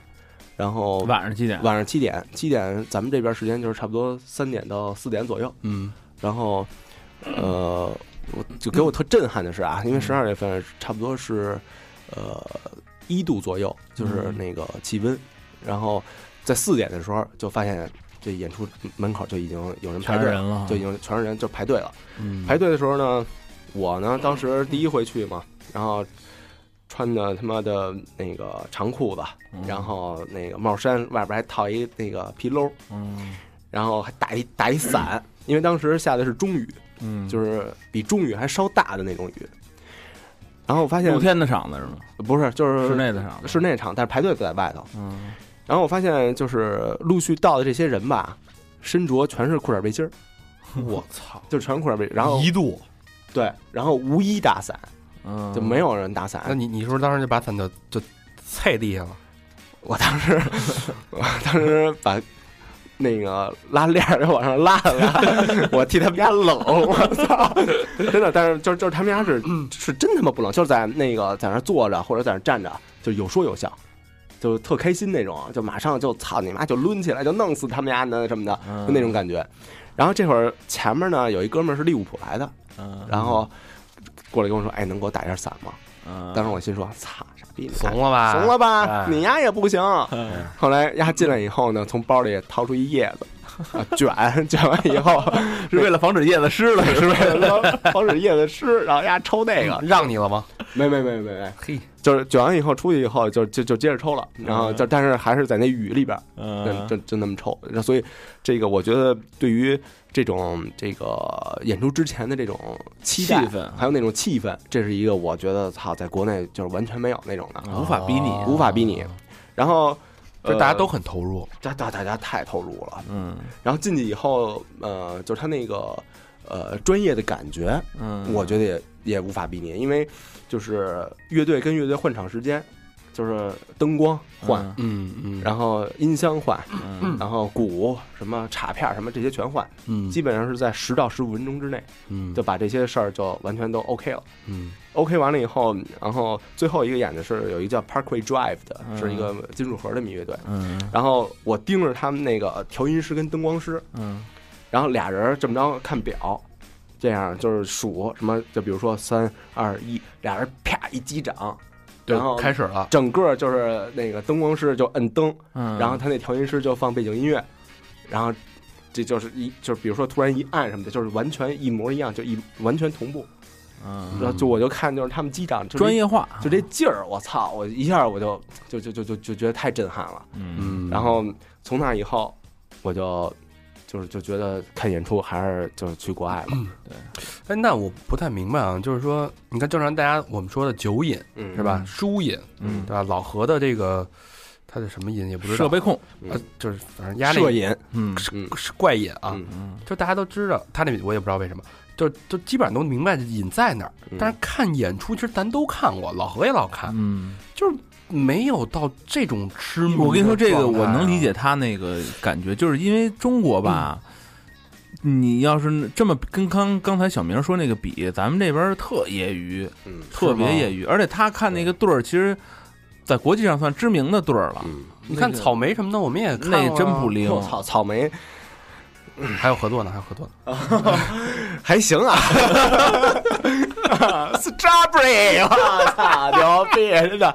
然后晚上几点？ 晚上七点，七点咱们这边时间就是差不多三点到四点左右。 嗯， 然后呃，我就给我特震撼的是啊，因为十二月份差不多是呃一度左右，就是那个气温，然后在四点的时候就发现这演出门口就已经有人排队人了， 就已经全是人就排队了。 嗯， 排队的时候呢，我呢当时第一回去嘛，然后穿的他妈的那个长裤子， 嗯、 然后那个帽衫外边还套一那个皮褛， 嗯， 然后还打一打一伞，因为当时下的是中雨， 嗯， 就是比中雨还稍大的那种雨。然后我发现露天的场子是吗？ 不是，就是室内的场子， 室内场，但是排队都在外头。 嗯， 然后我发现就是陆续到的这些人吧，身着全是裤衩背心儿， 我操， 就是全是裤衩背，然后一度， 对，然后无一打伞， 嗯， 就没有人打伞。 那你你是不是当时就把伞就就踩地下了？ 我当时，我当时把那个拉链儿往上拉了拉，我替他们家冷，我操，真的。但是就是就是他们家是是真他妈不冷，就是在那个在那坐着或者在那站着，就有说有笑，就特开心那种，就马上就操你妈就抡起来就弄死他们家的什么的，就那种感觉。然后这会儿前面呢有一哥们儿是利物浦来的，然后过来跟我说：“哎，能给我打一下伞吗？”当时我心说：“操，傻逼， 怂了吧？ 怂了吧？ 哎你丫也不行。”后来丫进来以后呢，从包里掏出一叶子，啊，卷卷完以后是为了防止叶子湿了， 是为了防止叶子湿，然后丫抽那个， 让你了吗？ 没没没没没， 嘿， 就是卷完以后出去以后就就就接着抽了，然后就但是还是在那雨里边， 嗯， 就就那么抽。所以这个我觉得对于这种这个演出之前的这种期待， 气氛还有那种气氛，这是一个我觉得操，在国内就是完全没有那种的， 无法比拟， 无法比拟。然后。 就大家都很投入， 大大大家太投入了， 嗯， 然后进去以后，呃，就是他那个呃专业的感觉， 嗯， 我觉得也也无法比拟，因为就是乐队跟乐队换场时间，就是灯光换， 嗯嗯， 然后音箱换， 嗯， 然后鼓什么镲片什么这些全换， 嗯， 基本上是在十到十五分钟之内， 嗯， 就把这些事儿就完全都 OK 了， 嗯。 OK 完了以后，然后最后一个演的是有一个叫 Parkway Drive 的， 嗯、 是一个金属盒的民乐队。 嗯， 然后我盯着他们那个调音师跟灯光师， 嗯， 然后俩人这么着看表，这样就是数什么，就比如说三二一，俩人啪一击掌，然后开始了， 整个就是那个灯光师就摁灯， 嗯， 然后他那调音师就放背景音乐，然后这就是一就是比如说突然一按什么的，就是完全一模一样，就一完全同步。 嗯， 然后就我就看就是他们击掌专业化， 就这劲儿，我操！我一下我就就就就就就觉得太震撼了。 嗯， 然后从那以后，我就就是就觉得看演出还是就是去国外了。 对， 哎，那我不太明白啊，就是说，你看正常大家我们说的酒瘾， 嗯， 是吧？书瘾， 嗯， 对吧？老何的这个他的什么瘾也不知道， 设备控， 呃，就是反正压力摄瘾， 嗯， 是是怪瘾啊， 嗯， 就大家都知道，他那我也不知道为什么。就就基本上都明白瘾在哪儿，但是看演出其实咱都看过，老何也老看， 嗯， 就是没有到这种痴迷。 我跟你说，这个我能理解他那个感觉，就是因为中国吧，嗯、你要是这么跟刚刚才小明说那个比，咱们这边特业余， 嗯， 特别业余，而且他看那个队儿，其实在国际上算知名的队儿了。 嗯， 你看草莓什么的，我们也看那真不灵。 我操，草莓。 还有合作呢，还有合作呢， 还行啊，Strawberry， 我操，牛逼，真的，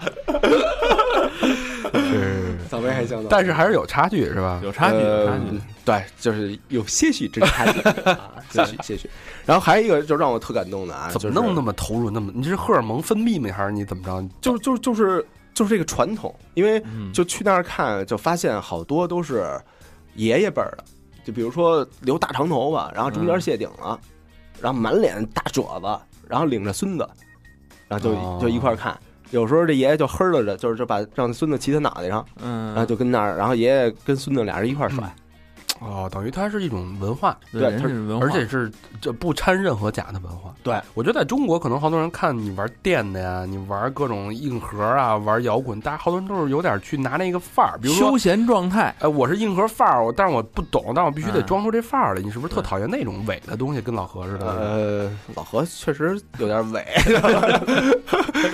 是草莓还行， 但是还是有差距，是吧？ 有差距，有差距， 呃、对，就是有些许之差距，啊、些许些许。然后还有一个就让我特感动的啊， 怎么弄那么投入，那么你是荷尔蒙分泌吗？还是你怎么着？ 就就就是就是这个传统，因为就去那儿看，就发现好多都是爷爷辈儿的。就比如说留大长头发，然后中间谢顶了，嗯、然后满脸大褶子，然后领着孙子，然后就、哦、就一块看。有时候这爷爷就哼了着，就是就把让孙子骑他脑袋上， 嗯， 然后就跟那儿，然后爷爷跟孙子俩人一块甩。 嗯哦，等于它是一种文化， 对， 它是文化， 而且是这不掺任何假的文化。 对， 我觉得在中国，可能好多人看你玩电的呀，你玩各种硬核啊，玩摇滚，大家好多人都是有点去拿那个范儿，比如说休闲状态。 哎，我是硬核范儿，但是我不懂，但我必须得装出这范儿来。你是不是特讨厌那种伪的东西？跟老何似的？ 呃，老何确实有点伪。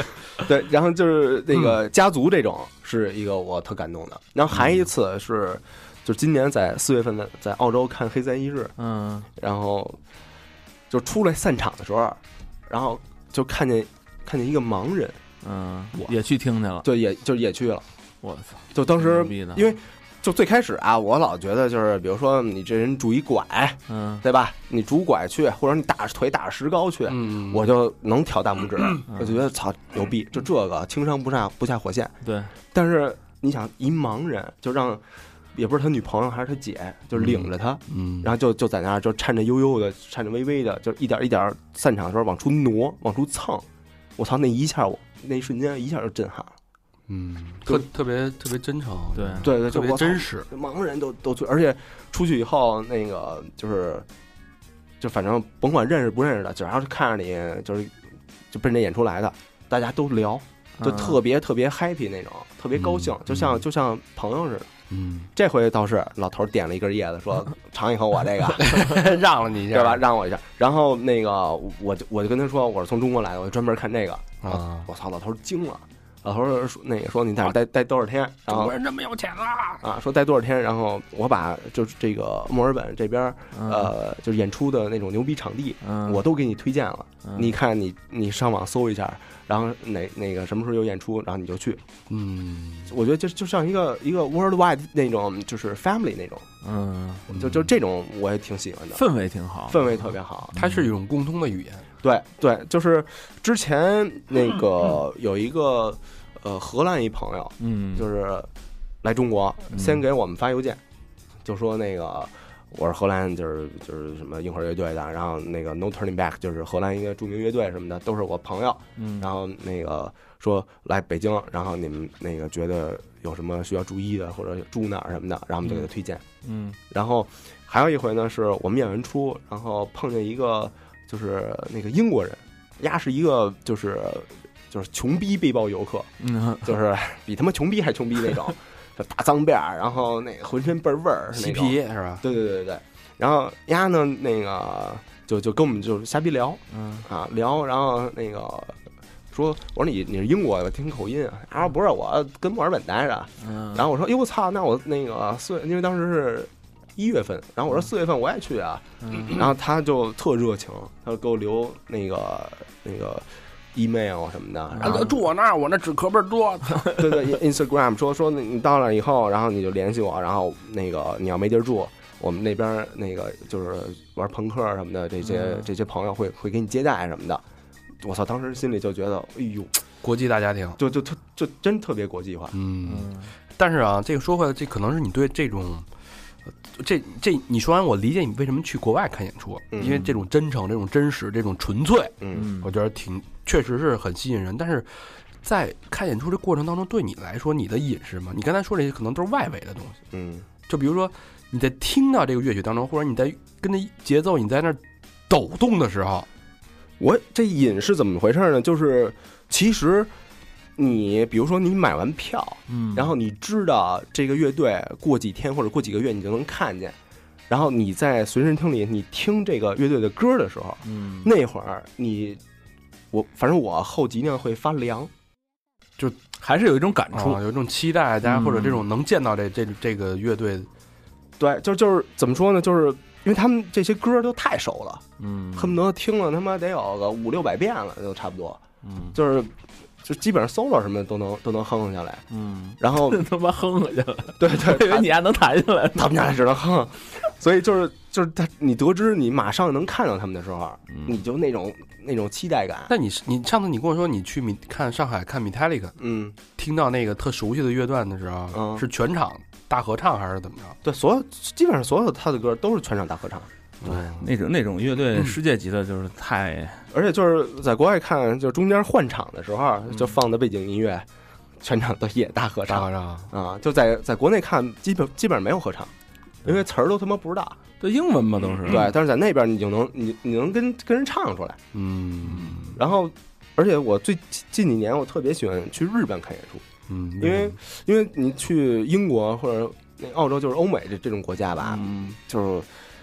对，然后就是那个家族这种是一个我特感动的。然后还一次是，就今年在四月份的在澳洲看《黑色一日》， 嗯， 然后就出来散场的时候，然后就看见看见一个盲人， 嗯，也去听去了， 对，也就也去了。 我操！ 就当时牛逼的因为就最开始啊，我老觉得就是比如说你这人拄一拐， 嗯， 对吧？你拄拐去，或者你打腿打石膏去， 嗯， 我就能挑大拇指，我就觉得操牛逼，就这个轻伤不下不下火线。 对， 但是你想一盲人就让。也不是他女朋友还是他姐，就领着他， 嗯， 然后就就在那儿就颤颤悠悠的、颤颤巍巍的，就一点一点散场的时候往出挪、往出蹭。我操，那一下我那一瞬间一下就震撼了， 嗯，特特别特别真诚， 对对对， 特别真实。 盲人都都去，而且出去以后那个就是就反正甭管认识不认识的，只要是看着你就是就奔着演出来的，大家都聊，就特别特别 happy 那种，特别高兴，就像就像朋友似的。 嗯， 这回倒是老头点了一根叶子，说尝一口我这个， 让了你一下， 对吧？让我一下。然后那个我就我就跟他说，我是从中国来的，我就专门看这个。 啊， 我操，老头惊了。老头说那个说你在这待待多少天？然后中国人这么有钱啊！ 啊，说待多少天？然后我把就是这个墨尔本这边呃就是演出的那种牛逼场地，我都给你推荐了。你看你你上网搜一下。然后哪那个什么时候有演出，然后你就去。 嗯， 我觉得就就像一个一个 worldwide 那种，就是 family 那种。 嗯， 就就这种我也挺喜欢的， 氛围挺好， 氛围特别好。 它是一种共通的语言。 对对，就是之前那个有一个呃荷兰一朋友， 嗯， 就是来中国，先给我们发邮件，就说那个。我是荷兰，就是就是什么硬核乐队的，然后那个 No Turning Back 就是荷兰一个著名乐队什么的，都是我朋友。 嗯， 然后那个说来北京，然后你们那个觉得有什么需要注意的，或者住哪儿什么的，然后我们就给他推荐。 嗯， 然后还有一回呢，是我们演完出，然后碰见一个就是那个英国人，丫是一个就是就是穷逼背包游客， 嗯， 就是比他妈穷逼还穷逼那种。就大脏辫儿，然后那个浑身倍儿味儿， 嬉皮是吧？ 对对对对对。然后丫呢，那个就就跟我们就瞎逼聊， 嗯啊聊，然后那个说，我说你你是英国的，听口音啊？啊不是，我跟墨尔本待着。 嗯。 然后我说，哟我操，那我那个四，因为当时是一月份，然后我说四月份我也去啊。 嗯。 然后他就特热情，他就给我留那个那个。email 什么的，然后住我那儿，我那纸壳倍儿多。 对对 ，Instagram 说说你到那以后，然后你就联系我，然后那个你要没地儿住，我们那边那个就是玩朋克什么的这些、嗯、这些朋友会会给你接待什么的。我操，当时心里就觉得，哎呦， 国际大家庭， 就就特就真特别国际化。 嗯，但是啊，这个说回来，这可能是你对这种。这这，你说完我理解你为什么去国外看演出， 嗯、 因为这种真诚、这种真实、这种纯粹， 嗯， 我觉得挺确实是很吸引人。但是在看演出的过程当中，对你来说，你的瘾是吗？你刚才说这些可能都是外围的东西， 嗯， 就比如说你在听到这个乐曲当中，或者你在跟着节奏你在那儿抖动的时候， 我这瘾是怎么回事呢？就是其实。你比如说，你买完票， 嗯， 然后你知道这个乐队过几天或者过几个月你就能看见，然后你在随身听里你听这个乐队的歌的时候， 嗯， 那会儿你，我反正我后脊梁会发凉， 就还是有一种感触， 啊、有一种期待，大家或者这种能见到这这这个乐队， 对，就就是怎么说呢，就是因为他们这些歌都太熟了， 嗯， 恨不得听了他妈得有个五六百遍了，就差不多， 嗯， 就是。就基本上 solo 什么的都能都能哼下来， 嗯， 然后他妈哼下去了， 对对， 以为你还能弹下来， 他们家只能哼，所以就是就是他，你得知你马上能看到他们的时候， 嗯、 你就那种那种期待感。 那你你上次你跟我说你去米看上海看 Metallica， 嗯， 听到那个特熟悉的乐段的时候， 嗯， 是全场大合唱还是怎么着？ 对，所有基本上所有他的歌都是全场大合唱。 对，那种那种乐队世界级的，就是太、嗯， 而且就是在国外看，就中间换场的时候，就放的背景音乐，全场都也大合唱， 大合唱啊！就在在国内看，基本基本上没有合唱，因为词儿都他妈不知道， 都英文嘛都是。 对，但是在那边你就能你你能跟跟人唱出来， 嗯。 然后，而且我最近几年我特别喜欢去日本看演出， 嗯， 因为因为你去英国或者那澳洲就是欧美这这种国家吧， 嗯， 就是。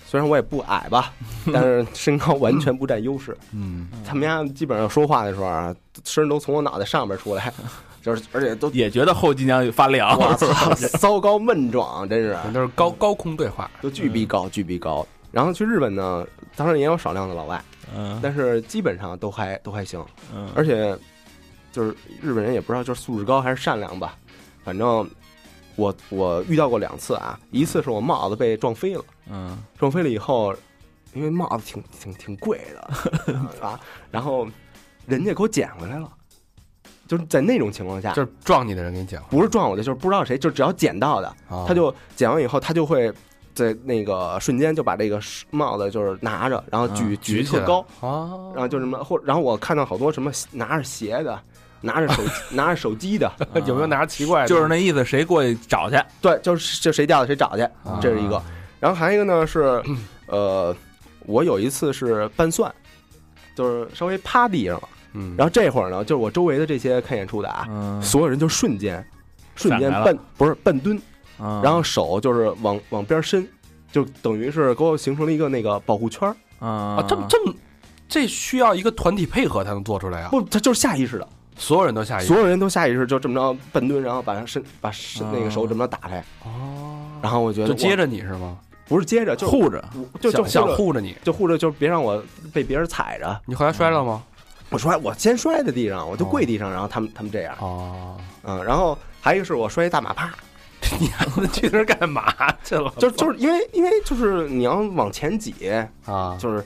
虽然我也不矮吧，但是身高完全不占优势。 嗯， 他们家基本上说话的时候啊，声都从我脑袋上边出来，就是而且都也觉得后脊梁发凉， 我操，骚高闷壮，真是都是高高空对话， 都巨逼高，巨逼高。然后去日本呢，当然也有少量的老外， 嗯， 但是基本上都还都还行， 嗯， 而且就是日本人也不知道就是素质高还是善良吧，反正我我遇到过两次啊，一次是我帽子被撞飞了， 嗯， 撞飞了以后，因为帽子挺挺挺贵的啊，然后人家给我捡回来了，就是在那种情况下， 就是撞你的人给你讲， 不是撞我的，就是不知道谁，就只要捡到的， 哦他就捡完以后，他就会在那个瞬间就把这个帽子就是拿着，然后举、 嗯举特高， 啊， 然后就什么或然后我看到好多什么拿着鞋的，拿着手拿着手机的， 有没有拿着奇怪的？ 就是那意思，谁过去找去？ 对，就是就谁掉的谁找去，这是一个。然后还有一个呢是，呃，我有一次是拌蒜，就是稍微趴地上了， 嗯， 然后这会儿呢，就是我周围的这些看演出的啊， 嗯， 所有人就瞬间瞬间闪开了半不是半蹲。 嗯然后手就是往往边伸，就等于是给我形成了一个那个保护圈儿。 啊啊，这么这么，这需要一个团体配合才能做出来啊！ 不，他就是下意识的， 所有人都下意识所有人都下意识就这么着半蹲，然后把身把身那个手这么着打开。 哦， 然后我觉得就接着着你是吗？ 不是接着，就护着， 就就想想护着护着你。 就护着，就别让我被别人踩着。 你后来摔了吗？ 我摔，我先摔在地上，我就跪地上，然后他们他们这样， 哦， 嗯，然后还有一个是我摔一大马趴， 你还去那儿干嘛去了？ 就就是因为因为就是你要往前挤， 啊， 就是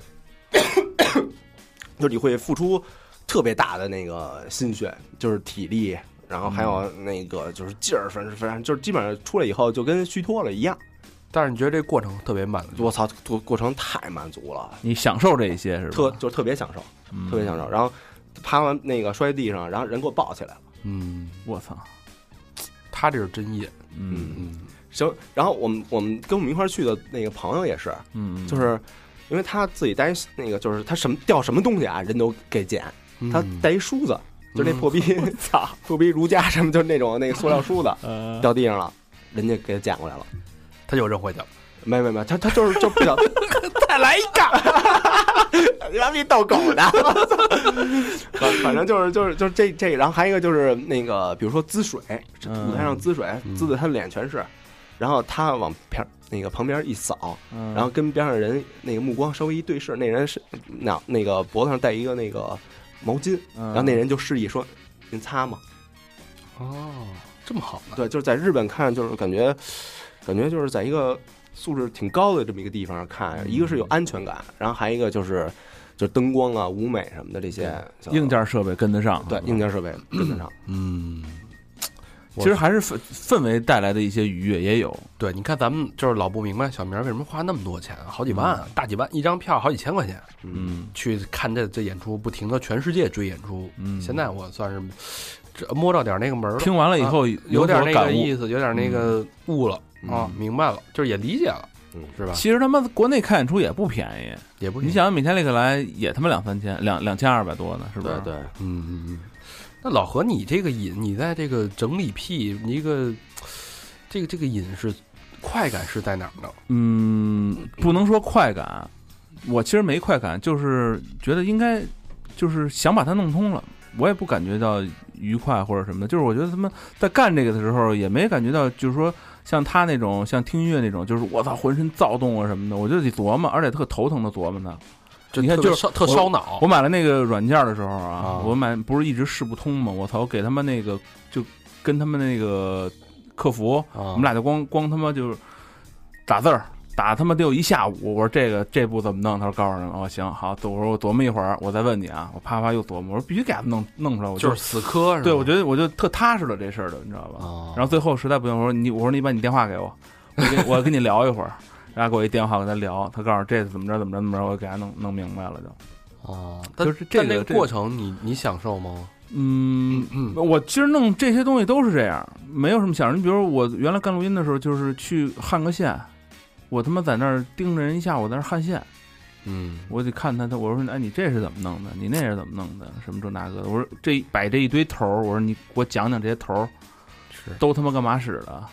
就是你会付出特别大的那个心血，就是体力，然后还有那个就是劲儿，反正反正就是基本上出来以后就跟虚脱了一样。 但是你觉得这个过程特别满足？ 我操，过过程太满足了， 你享受这一些是吧？ 特就是特别享受，特别享受。然后趴完那个摔地上，然后人给我抱起来了。 嗯， 我操， 他这是真野。 嗯嗯行，然后我们我们跟我们一块儿去的那个朋友也是， 嗯， 就是因为他自己带那个，就是他什么掉什么东西啊，人都给捡。 嗯， 他带一梳子，就那破逼， 操， 破逼儒家什么，就是那种那个塑料梳子呃， 掉地上了，人家给他捡过来了。 他就扔回去了。 没没没，他他就是就不想再来一个， 你妈逼逗狗的，反反正就是就是就是这这个，然后还有一个就是那个，比如说滋水，舞台上滋水，滋的他脸全是，然后他往边那个旁边一扫， 嗯然后跟边上人那个目光稍微一对视，那人是那那个脖子上戴一个那个毛巾， 然然后那人就示意说：“您擦嘛。” 哦，这么好呢？ 对，就是在日本看，就是感觉感觉就是在一个素质挺高的这么一个地方看，一个是有安全感，然后还一个就是就是灯光啊、舞美什么的这些硬件设备跟得上， 对硬件设备跟得上。 嗯， 其实还是氛氛围带来的一些愉悦也有。 对，你看咱们就是老不明白小明为什么花那么多钱，好几万、大几万一张票，好几千块钱嗯去看这这演出，不停的全世界追演出。 嗯， 现在我算是这摸着点那个门儿了， 听完了以后有点那所感悟个意思，有点那个悟了、啊，明白了，就是也理解了， 嗯， 是吧？ 其实他妈国内看演出也不便宜， 也不你想每天那个来也他妈两三千，两两千二百多呢，是不是？ 对对， 嗯嗯嗯。那老何，你这个瘾，你在这个整理癖，你一个这个这个瘾是快感是在哪儿呢？ 嗯，不能说快感，我其实没快感，就是觉得应该就是想把它弄通了，我也不感觉到愉快或者什么的，就是我觉得他们在干这个的时候也没感觉到，就是说像他那种像听音乐那种，就是我操浑身躁动啊什么的，我就得琢磨，而且特头疼的琢磨呢。 就你看就是特别烧特烧脑。 我买了那个软件的时候啊， 啊我买不是一直试不通吗？我操，给他们那个就跟他们那个客服， 啊我们俩就光光他妈就是打字儿，打他妈得有一下午。我说这个这步怎么弄？他说告诉人，哦行好，我说我琢磨一会儿，我再问你啊。我啪啪又琢磨，我说必须给他弄弄出来，我就是死磕，是吧？ 对我觉得我就特踏实了这事儿的，你知道吧？ 啊， 然后最后实在不行，我说你我说你把你电话给我，我跟我跟你聊一会儿。然后给我一电话，跟他聊，他告诉我这怎么着怎么着怎么着，我给他弄弄明白了就。 哦，但就是这个但这个这个过程你，你享受吗？ 嗯嗯我其实弄这些东西都是这样，没有什么想。你比如我原来干录音的时候，就是去焊个线，我他妈在那儿盯着人一下午在那儿焊线， 嗯， 我得看他，他我说哎你这是怎么弄的？你那是怎么弄的？什么这那个的？我说这摆这一堆头儿，我说你给我讲讲这些头儿是都他妈干嘛使的？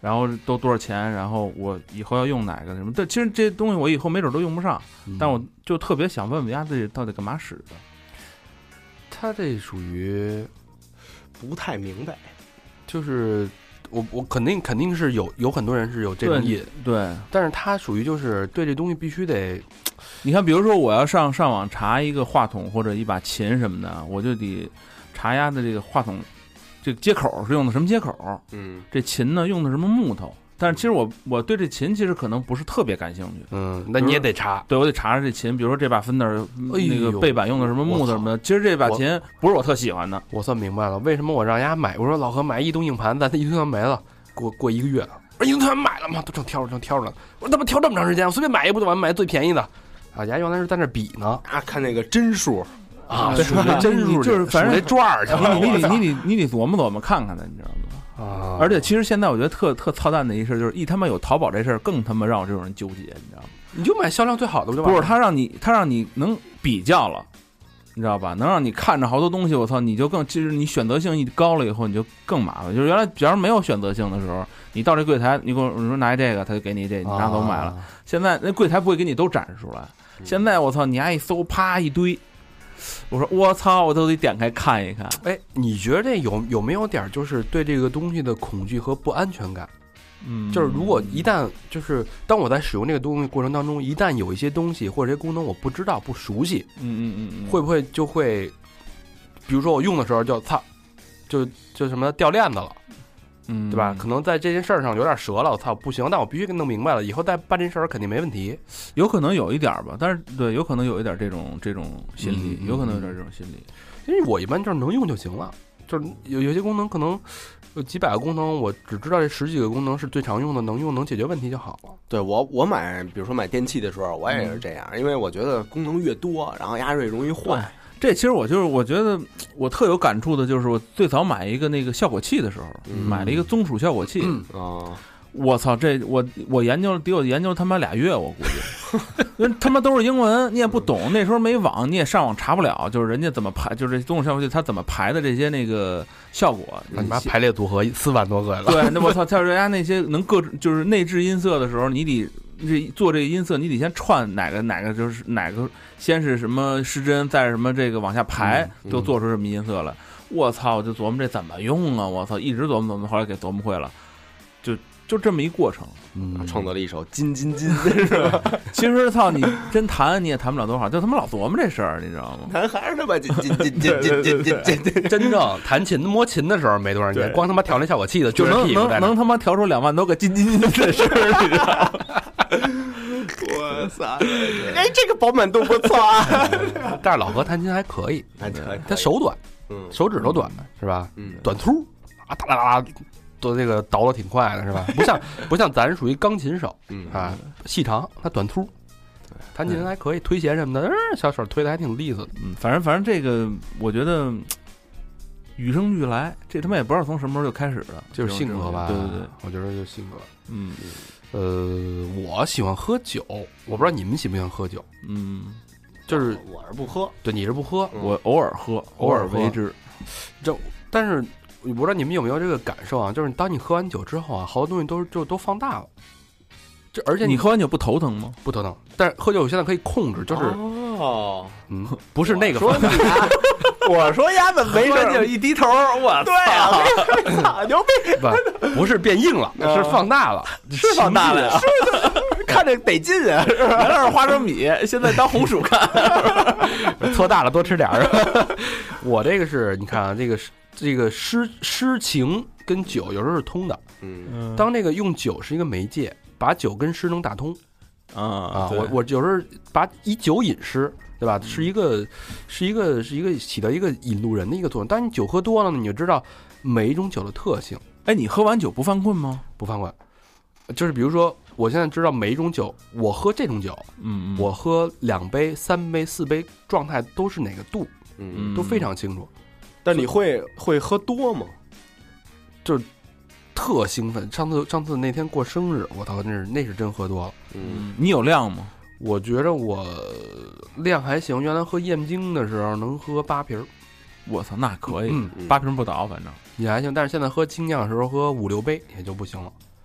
然后都多少钱，然后我以后要用哪个什么。但其实这些东西我以后没准都用不上， 嗯、 但我就特别想问问丫这到底干嘛使的？ 他这属于不太明白， 就是我我肯定肯定是有有很多人是有这种瘾， 对， 但是他属于就是对这东西必须得， 你看，比如说我要上上网查一个话筒或者一把琴什么的，我就得查丫的这个话筒。这个接口是用的什么接口？ 嗯， 这琴呢用的什么木头？但是其实我我对这琴其实可能不是特别感兴趣。 嗯，那你也得查。 对，我得查查这琴，比如说这把芬德尔、 哎、 那个背板用的什么木头什么的。其实这把琴不是我特喜欢的。 我算明白了，为什么我让丫买？我说老何买移动硬盘，咱这移动硬盘没了，过过一个月，我说移动硬盘买了吗？都正挑着正挑着呢。我说他妈挑这么长时间，我随便买一不就完？买最便宜的。啊，丫原来是在那比呢。 啊，看那个帧数。 啊，数这真数就是反正这转儿去， 你你你你你得琢磨琢磨看看的，你知道吗？ 啊！ 而且其实现在我觉得特特操蛋的一事就是，一他妈有淘宝这事儿，更他妈让我这种人纠结，你知道吗？ 你就买销量最好的不就完了？ 不是他让你他让你能比较了，你知道吧？能让你看着好多东西，我操，你就更其实你选择性一高了以后，你就更麻烦。就是原来假如没有选择性的时候，你到这柜台，你跟我你说拿一这个，他就给你这，你拿走买了。啊、现在那柜台不会给你都展示出来。现在我操，你还一搜，啪一堆。我说我操，我都得点开看一看。 哎，你觉得这有有没有点就是对这个东西的恐惧和不安全感？ 嗯， 就是如果一旦就是当我在使用这个东西过程当中，一旦有一些东西或者这些功能我不知道不熟悉， 嗯嗯嗯， 会不会就会，比如说我用的时候就操，就就什么掉链子了。 嗯， 对吧？可能在这件事儿上有点折了，我操，不行，但我必须给弄明白了，以后再办这事儿肯定没问题。 有可能有一点吧，但是对，有可能有一点这种这种心理， 嗯、 有可能有点这种心理。 因为我一般就是能用就行了，就是有有些功能可能有几百个功能，我只知道这十几个功能是最常用的，能用能解决问题就好了。 对我我买，比如说买电器的时候，我也是这样，嗯、因为我觉得功能越多，然后压瑞容易坏。 这其实我就是我觉得我特有感触的，就是我最早买一个那个效果器的时候， 嗯、 买了一个棕鼠效果器。 嗯哦， 我操，这我我研究了得我研究他妈俩月，我估计，因为他妈都是英文，你也不懂。那时候没网，你也上网查不了，就是人家怎么排，就是这棕鼠效果器它怎么排的这些那个效果。 你妈排列组合四万多个了。 对，那我操，像人家那些能各就是内置音色的时候，你得。这做这个音色，你得先串哪个哪个就是哪个，先是什么失真，再是什么这个往下排， 嗯嗯、 就做出什么音色来。我操，我就琢磨这怎么用啊！我操，一直琢磨琢磨，后来给琢磨会了，就就这么一过程。 嗯，创作了一首金金金，是吧？ 其实操，你真弹你也弹不了多少，就他妈老琢磨这事儿，你知道吗？ 弹还是他妈金金金金金金金金， 真正弹琴摸琴的时候没多少年，光他妈调那效果器的， 就能能能他妈调出两万多个金金金的事儿，你知道吗？ 我操！哎，这个饱满度不错啊。 但是老何弹琴还可以， 还可以， 他手短， 嗯， 手指头短的是吧？ 嗯， 短粗啊，哒啦啦啦，都这个倒的挺快的是吧？不像不像咱属于钢琴手， 嗯啊，细长，他短粗，弹琴还可以，推弦什么的，小手推的还挺利索的。 嗯，反正反正这个我觉得与生俱来，这他妈也不知道从什么时候就开始的， 就是性格吧？ 对对对， 我觉得就是性格。 嗯。 呃，我喜欢喝酒，我不知道你们喜不喜欢喝酒。 嗯， 就是我是不喝， 对，你是不喝， 我偶尔喝，偶尔为之。 这，但是我不知道你们有没有这个感受啊？就是当你喝完酒之后啊，好多东西都就都放大了。这而且你喝完酒不头疼吗？ 不头疼，但是喝酒现在可以控制，就是哦， 嗯，不是那个。 说你啊，我说鸭子没事就一低头，我对啊，操牛逼！ 不，不是变硬了，是放大了， 是放大了呀，是的，看着得劲啊！ 原来是花生米，现在当红薯看， 错大了多吃点儿。我这个是你看啊，这个这个诗诗情跟酒有时候是通的， 嗯， 当这个用酒是一个媒介。把酒跟诗能打通， 啊啊！我我有时候把以酒引诗，对吧？是一个是一个是一个起到一个引路人的一个作用。当你酒喝多了呢，你就知道每一种酒的特性。 哎，你喝完酒不犯困吗？ 不犯困，就是比如说，我现在知道每一种酒，我喝这种酒， 嗯， 我喝两杯、三杯、四杯，状态都是哪个度， 嗯， 都非常清楚。 但你会会喝多吗？ 就。特兴奋！上次上次那天过生日，我操，那是那是真喝多了。 嗯， 你有量吗？ 我觉着我量还行，原来喝燕京的时候能喝八瓶。 我操，那可以， 嗯， 八瓶不倒，反正也还行。但是现在喝精酿的时候喝五六杯也就不行了。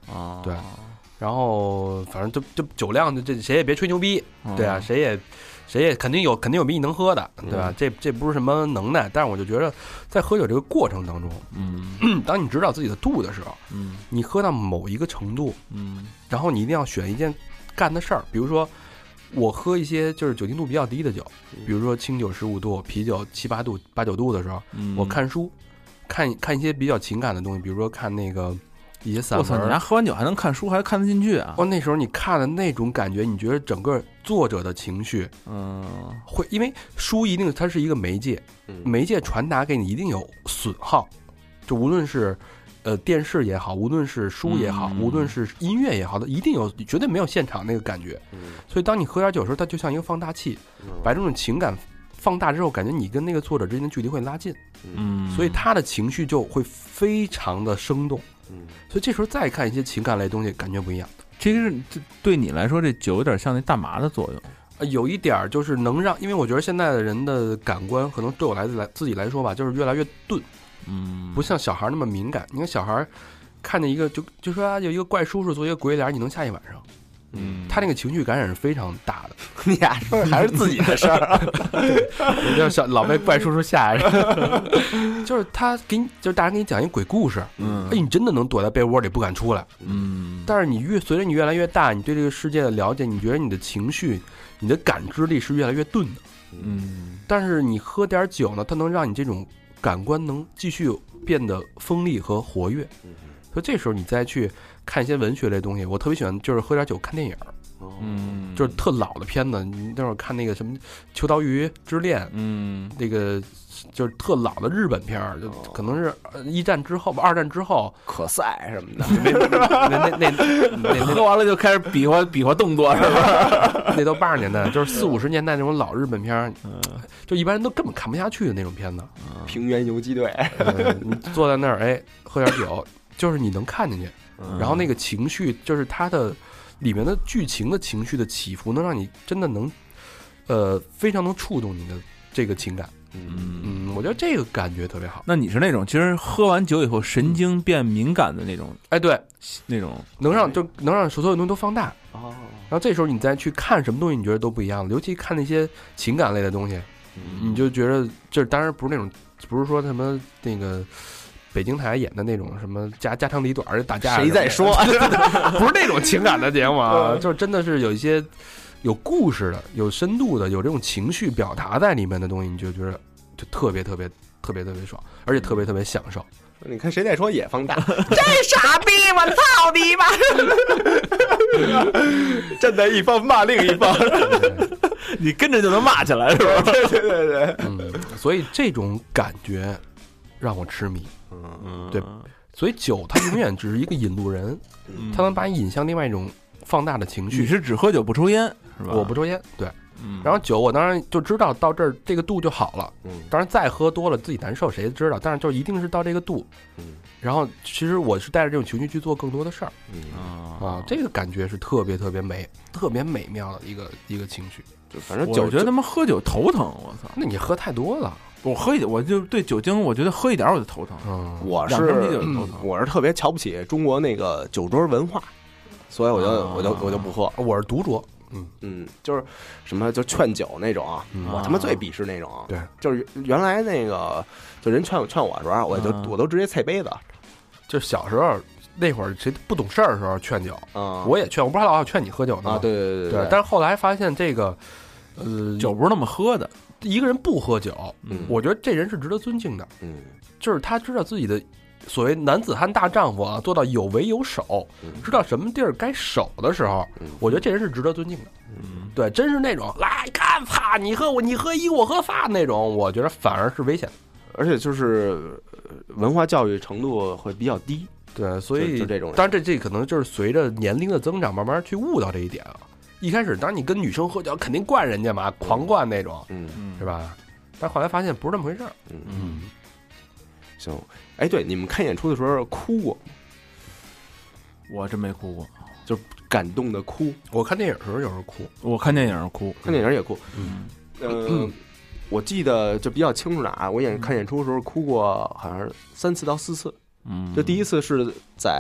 啊， 对然后反正就就酒量就这谁也别吹牛逼，对啊，谁也谁也肯定有肯定有比你能喝的，对吧？ 嗯、 这这不是什么能耐，但是我就觉得在喝酒这个过程当中， 嗯， 当你知道自己的度的时候， 嗯， 你喝到某一个程度， 嗯， 然后你一定要选一件干的事儿，比如说我喝一些就是酒精度比较低的酒，比如说清酒十五度，啤酒七八度、八九度的时候， 嗯我看书，看看一些比较情感的东西，比如说看那个一些散文。 我操，你家喝完酒还能看书，还看得进去啊？ 哦，那时候你看的那种感觉，你觉得整个作者的情绪， 嗯， 会因为书一定它是一个媒介，媒介传达给你一定有损耗，就无论是呃电视也好，无论是书也好， 嗯、 无论是音乐也好，它一定有绝对没有现场那个感觉。所以当你喝点酒的时候，它就像一个放大器，把这种情感放大之后，感觉你跟那个作者之间的距离会拉近， 嗯， 所以他的情绪就会非常的生动。 嗯， 所以这时候再看一些情感类东西，感觉不一样。 其实这对你来说，这酒有点像那大麻的作用。 呃，有一点就是能让，因为我觉得现在的人的感官，可能对我来自来自己来说吧，就是越来越钝， 嗯， 不像小孩那么敏感。你看小孩看见一个就就说啊，有一个怪叔叔做一个鬼脸，你能吓一晚上。 嗯， 他那个情绪感染是非常大的。 你俩说的还是自己的事儿， 我就小老被怪叔叔吓着，就是他给你，就是大人给你讲一鬼故事， 嗯， 哎，你真的能躲在被窝里不敢出来， 嗯。 但是你越随着你越来越大，你对这个世界的了解，你觉得你的情绪、你的感知力是越来越钝的， 嗯。 但是你喝点酒呢，它能让你这种感官能继续变得锋利和活跃，所以这时候你再去看一些文学类东西，我特别喜欢，就是喝点酒看电影。 嗯， 就是特老的片子，你那会儿看那个什么《秋刀鱼之恋》， 嗯， 那个就是特老的日本片儿，就可能是一战之后吧，二战之后， 可赛什么的， 那那那那那喝完了就开始比划比划动作是吧？ 那都八十年代，就是四五十年代那种老日本片儿，就一般人都根本看不下去的那种片子。 平原游击队， 呃你坐在那儿，哎，喝点酒，就是你能看进去，然后那个情绪，就是他的。里面的剧情的情绪的起伏，能让你真的能，呃，非常能触动你的这个情感。 嗯嗯，我觉得这个感觉特别好。 那你是那种其实喝完酒以后神经变敏感的那种？ 哎，对， 那种能让就能让所有东西都放大。 哦， 然后这时候你再去看什么东西，你觉得都不一样了。尤其看那些情感类的东西，你就觉得这当然不是那种，不是说什么那个。北京台演的那种什么家家长里短打架， 谁在说？ 不是那种情感的节目啊，就是真的是有一些有故事的、有深度的、有这种情绪表达在里面的东西，你就觉得就特别特别特别特别爽，而且特别特别享受。 你看谁在说也放大， 这傻逼！我操你妈！ 站在一方骂另一方， 你跟着就能骂起来，是吧？ 对对对对， 嗯，所以这种感觉让我痴迷。 嗯， 对，所以酒它永远只是一个引路人， 嗯、 它能把你引向另外一种放大的情绪。 你是只喝酒不抽烟是吧？ 我不抽烟，对。 嗯、 然后酒我当然就知道到这儿这个度就好了。 嗯， 当然再喝多了自己难受谁知道，但是就一定是到这个度。 嗯， 然后其实我是带着这种情绪去做更多的事儿。 嗯啊，这个感觉是特别特别美、特别美妙的一个一个情绪。 就反正酒我觉得他妈喝酒头疼，我操！ 那你喝太多了。 我喝一，我就对酒精，我觉得喝一点我就头疼。 嗯， 我是头疼我是特别瞧不起中国那个酒桌文化，所以我就、啊、我就我就不喝。 我是独酌，嗯嗯，就是什么就劝酒那种啊， 嗯、 我他妈最鄙视那种。 对， 就是原来那个就人劝我劝我的时候，我就、啊、我都直接菜杯子。 就小时候那会儿谁不懂事儿的时候劝酒， 啊、 嗯，我也劝，我不知道老劝你喝酒呢。 啊，对对对对, 对但是后来发现这个，呃， 酒不是那么喝的。 一个人不喝酒， 嗯， 我觉得这人是值得尊敬的。 嗯， 就是他知道自己的所谓男子汉大丈夫啊，做到有为有守， 嗯、 知道什么地儿该守的时候， 嗯、 我觉得这人是值得尊敬的。 嗯， 对，真是那种来干擦，你喝我，你喝一，我喝仨那种，我觉得反而是危险的。 而且就是文化教育程度会比较低。 对，所以就这种人， 当然这这可能就是随着年龄的增长，慢慢去悟到这一点啊。一开始，当然你跟女生喝酒，肯定灌人家嘛，狂灌那种， 嗯， 是吧？但后来发现不是那么回事儿。 嗯嗯， 行。哎，对，你们看演出的时候哭过吗？ 我真没哭过， 就是感动的哭。 我看电影的时候有时候哭， 我看电影哭， 看电影也哭。 嗯， 呃，嗯、我记得就比较清楚的啊，我演看演出的时候哭过，好像是三次到四次。 嗯， 就第一次是在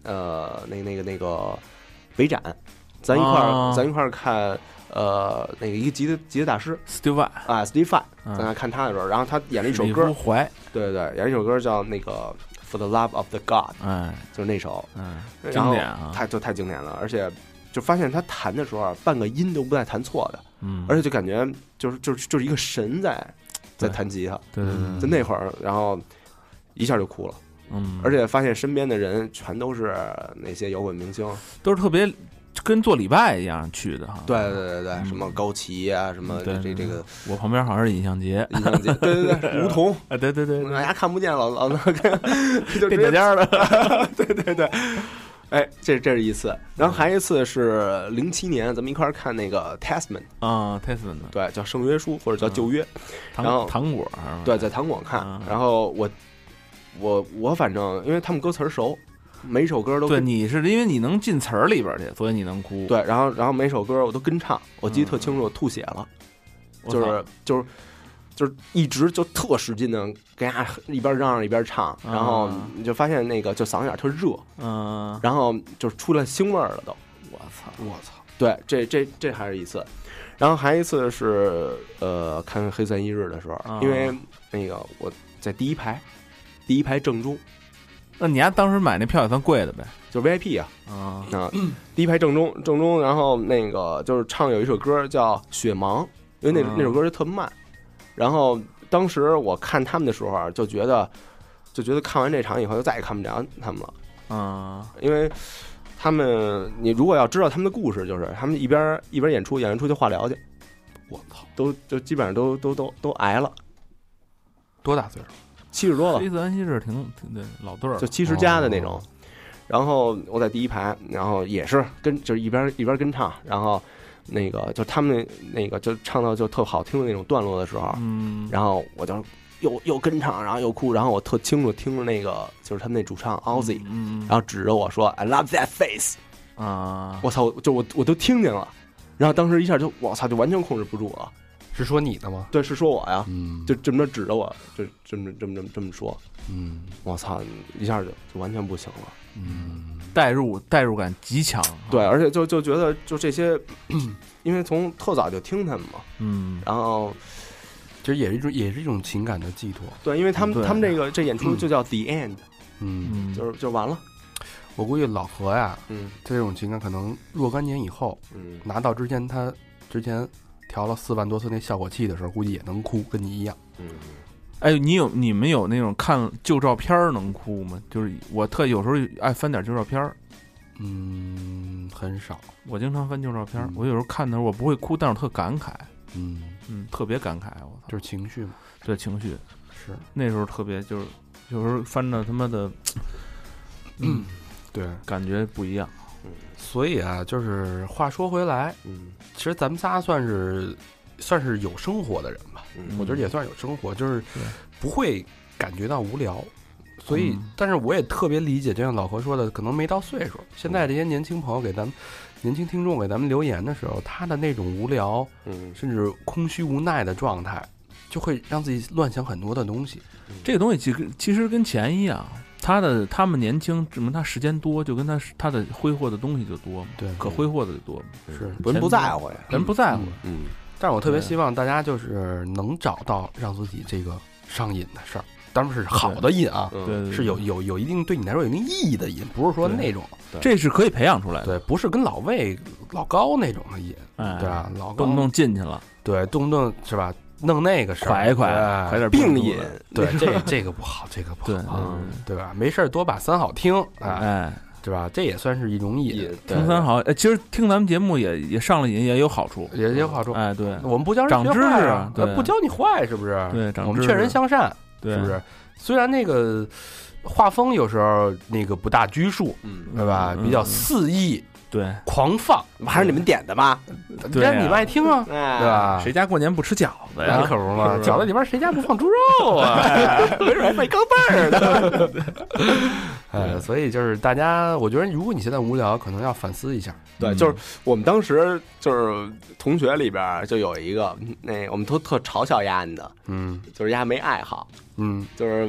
呃那那个那个北展，咱一块儿、 哦、 咱一块儿看呃那个一个吉他吉他大师 Steve Vai 啊 Steve Vai， 嗯、 咱俩看他的时候，然后他演了一首歌， 怀， 对对对，演了一首歌叫那个 For the Love of the God， 哎， 就是那首， 嗯， 经典啊， 太就太经典了，而且就发现他弹的时候啊，半个音都不带弹错的， 嗯， 而且就感觉就是就是就是一个神在在弹吉他， 对对对， 就那会儿，然后一下就哭了， 嗯， 而且发现身边的人全都是那些摇滚明星， 都是特别跟做礼拜一样去的哈， 对对对对， 嗯、 什么高旗啊，什么这这这个， 我旁边好像是尹相杰， 尹相杰，对对对，梧桐啊，对对对， 大家看不见老老那个就垫脚尖的， 对对对。哎，这这是一次，然后还一次是零七年，咱们一块儿看那个 Testament 啊 ，Testament， 对，叫圣约书或者叫旧约， 嗯、 然后糖果， 对，在糖果看， 嗯、 然后我我我反正因为他们歌词熟，每一首歌都对，你是因为你能进词儿里边去，所以你能哭， 对，然后然后每首歌我都跟唱，我记得特清楚，我吐血了， 嗯、 就是就是就是一直就特使劲的跟人家一边嚷嚷一边唱，然后你就发现那个就嗓子眼特热， 嗯， 然后就出来腥味儿了都。 我操， 我操！ 对，这这这还是一次，然后还一次是呃看黑三一日的时候， 啊、 因为那个我在第一排，第一排正中。 那你丫当时买那票也算贵的呗， 就 V I P 啊啊啊，第一排正中正中，然后那个就是唱有一首歌叫《雪盲》，因为那、 啊、 那首歌就特慢。然后当时我看他们的时候啊，就觉得就觉得看完这场以后就再也看不着他们了， 嗯， 因为他们你如果要知道他们的故事，就是他们一边一边演出，演完出就化疗去， 我操， 都就基本上都都都都挨了， 多大岁数？ 七十多了， 黑色安息日挺挺对老对儿， 就七十加的那种。 哦、 然后我在第一排，然后也是跟就是一边一边跟唱，然后。那个就他们那个就唱到就特好听的那种段落的时候， 嗯， 然后我就又又跟唱，然后又哭，然后我特清楚听着那个就是他们那主唱 Ozzy， 嗯， 然后指着我说 I love that face， 啊， 我操，就我我都听见了，然后当时一下就我操就完全控制不住了， 是说你的吗？ 对，是说我呀， 嗯， 就这么着指着我，就这么这么这么这么说， 嗯， 我操，一下就就完全不行了， 嗯。 代入代入感极强， 对，而且就就觉得就这些，因为从特早就听他们嘛， 嗯， 然后其实也是一种也是一种情感的寄托， 对，因为他们他们这个这演出就叫 The End， 嗯， 就是就完了。 我估计老何呀， 嗯， 这种情感可能若干年以后， 嗯， 拿到之前他之前调了四万多次那效果器的时候，估计也能哭，跟你一样， 嗯。 哎，你有你们有那种看旧照片能哭吗？就是我特有时候爱翻点旧照片， 嗯，很少。 我经常翻旧照片， 嗯、 我有时候看的时候我不会哭，但是我特感慨， 嗯嗯，特别感慨，我操， 就是情绪嘛， 对情绪是那时候特别就是有时候翻着他妈的，嗯， 对， 感觉不一样。 嗯， 所以啊，就是话说回来， 嗯， 其实咱们仨算是算是有生活的人吧。 嗯， 我觉得也算是有生活，就是不会感觉到无聊，所以， 嗯、 但是我也特别理解，就像老何说的，可能没到岁数。现在这些年轻朋友给咱们、年轻听众给咱们留言的时候，他的那种无聊， 嗯， 甚至空虚无奈的状态，就会让自己乱想很多的东西。 这个东西其实其实跟钱一样，他的他们年轻，证明他时间多，就跟他他的挥霍的东西就多嘛， 对， 可挥霍的就多嘛， 是人不在乎呀， 人不在乎， 嗯。 但是我特别希望大家就是能找到让自己这个上瘾的事儿，当然是好的瘾啊， 对， 是有有有一定对你来说有一定意义的瘾，不是说那种， 这是可以培养出来的， 对，不是跟老魏、老高那种的瘾， 哎、 对吧？老高动不动进去了， 对，动不动是吧？弄那个事儿， 快快快点病瘾， 对，这这个不好，这个不好， 对， 对吧？没事儿多把三好听， 哎。 对吧？这也算是一种瘾。 听三好，哎，其实听咱们节目也也上了瘾，也有好处， 也有好处。 哎，对， 我们不教人长知识啊， 对，不教你坏，是不是？ 对， 我们劝人向善， 是不是？虽然那个画风有时候那个不大拘束， 嗯， 对吧？比较肆意， 对， 狂放， 还是你们点的吧？ 对，你们爱听啊，对吧？ 谁家过年不吃饺子呀？ 可不嘛，饺子里边谁家不放猪肉啊？没准还放钢镚儿呢。哎，所以就是大家，我觉得如果你现在无聊，可能要反思一下。 对，就是我们当时就是同学里边就有一个，那我们都特嘲笑丫的， 嗯， 就是丫没爱好， 嗯， 就是